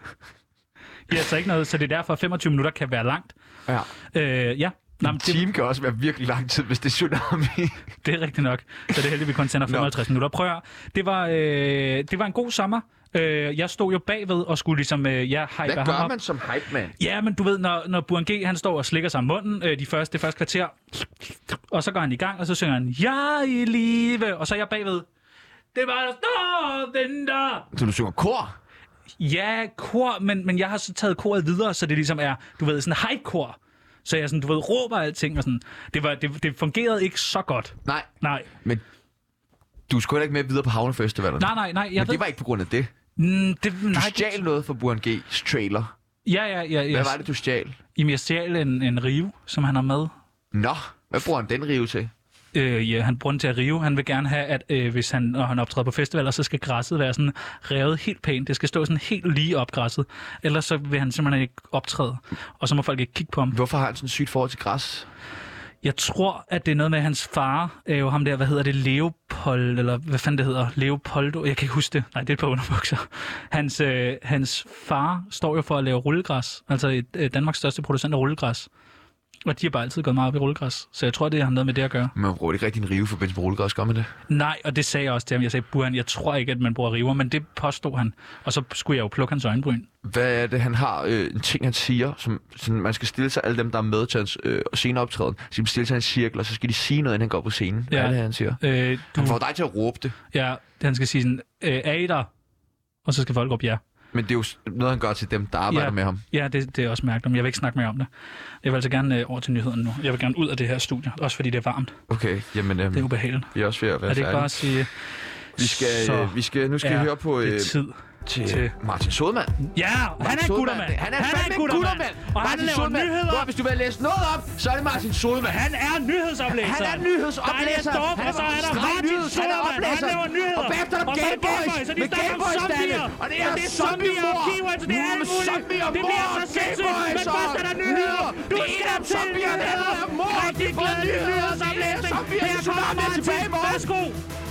Ja, altså ikke noget, så det er derfor, at femogtyve minutter kan være langt. Ja. Øh, ja, Nå, En men det, time kan også være virkelig lang tid, hvis det er tsunami. det er rigtigt nok. Så det er heldigt, vi kun sender femoghalvtreds minutter. Prøv at høre. Det var, øh, det var en god sommer. Øh, jeg stod jo bagved og skulle ligesom, øh, ja, hype Hvad ham gør op. man som hype man? Ja, men du ved, når, når Burhan G, han står og slikker sig om munden øh, de første, det første kvarter, og så går han i gang, og så synger han, jeg i live, og så er jeg bagved, det var der står vinter. Så du synger kor? Ja, kor, men, men jeg har så taget koret videre, så det ligesom er, du ved, sådan hype-kor. Så jeg sådan, du ved, råber alting og sådan. Det, var, det, det fungerede ikke så godt. Nej, Nej, men du skulle heller ikke med videre på Havnefestivalerne. nej, nej, nej. Jeg Men ved, det var ikke på grund af det. mm, det, Du nej, stjal noget fra Burhan G's trailer. Ja, ja, ja. Hvad Jeg, var det, du stjal? Jamen, jeg stjal en, en rive, som han har med. Nå, hvad bruger han den rive til? Øh, ja, han bruger den til at rive. Han vil gerne have, at øh, hvis han, når han optræder på festivaler, så skal græsset være sådan revet helt pænt. Det skal stå sådan helt lige opgræsset. Ellers så vil han simpelthen ikke optræde. Og så må folk ikke kigge på ham. Hvorfor har han sådan et sygt forhold til græs? Jeg tror, at det er noget med hans far. Er jo ham der, hvad hedder det? Leopold, eller hvad fanden det hedder? Leopoldo? Jeg kan ikke huske det. Nej, det er et par underbukser. Hans, øh, hans far står jo for at lave rullegræs. Altså et, øh, Danmarks største producent af rullegræs. Og de har bare altid gået meget op i rullegræs. Så jeg tror, det har noget med det at gøre. Man bruger ikke rigtig en rive i forbindelse med rullegræs, gør man det? Nej, og det sagde jeg også til ham. Jeg sagde, Burhan, jeg tror ikke, at man bruger river, men det påstod han. Og så skulle jeg jo plukke hans øjenbryn. Hvad er det, han har øh, en ting, han siger, som sådan, man skal stille sig, alle dem, der er med til hans øh, sceneoptræden, så skal de stille sig i en cirkel, og så skal de sige noget, inden han går på scenen. Hvad Ja. er det, han siger? Øh, du, Han får dig til at råbe det. ja, han skal sige sådan, øh, er I der? Og så skal folk råbe ja. Men det er jo noget, han gør til dem, der arbejder ja, med ham. Ja, det, det er også mærkeligt. Jeg vil ikke snakke mere om det. Jeg vil altså gerne øh, over til nyheden nu. Jeg vil gerne ud af det her studie, også fordi det er varmt. Okay, jamen... Øhm, det er ubehageligt. Vi er også ved at være er det ikke færdige. bare at sige... Vi skal, øh, vi skal, nu skal vi høre på... Øh, det er tid. Til, til Martin Sodemann. Ja, han er en guttermand. Han er, han er en guttermand. Og han Martin laver Sodemann. nyheder. Hvor, hvis du vil læse noget op, så er det Martin Sodemann. Han er nyhedsoplæser. Han er nyhedsoplæser. Der er Dorf, og så er der Martin Sodemann. Han laver nyheder. Og bagefter er der Gameboys. Og de snakker om zombier. Og det er zombier og keywords. Det er alt muligt. Det bliver så sindssygt. Men først er der nyheder. Du skal til nyheder. Rigtig glad nyhedsoplæsning. Her kommer Martin. Værsgo.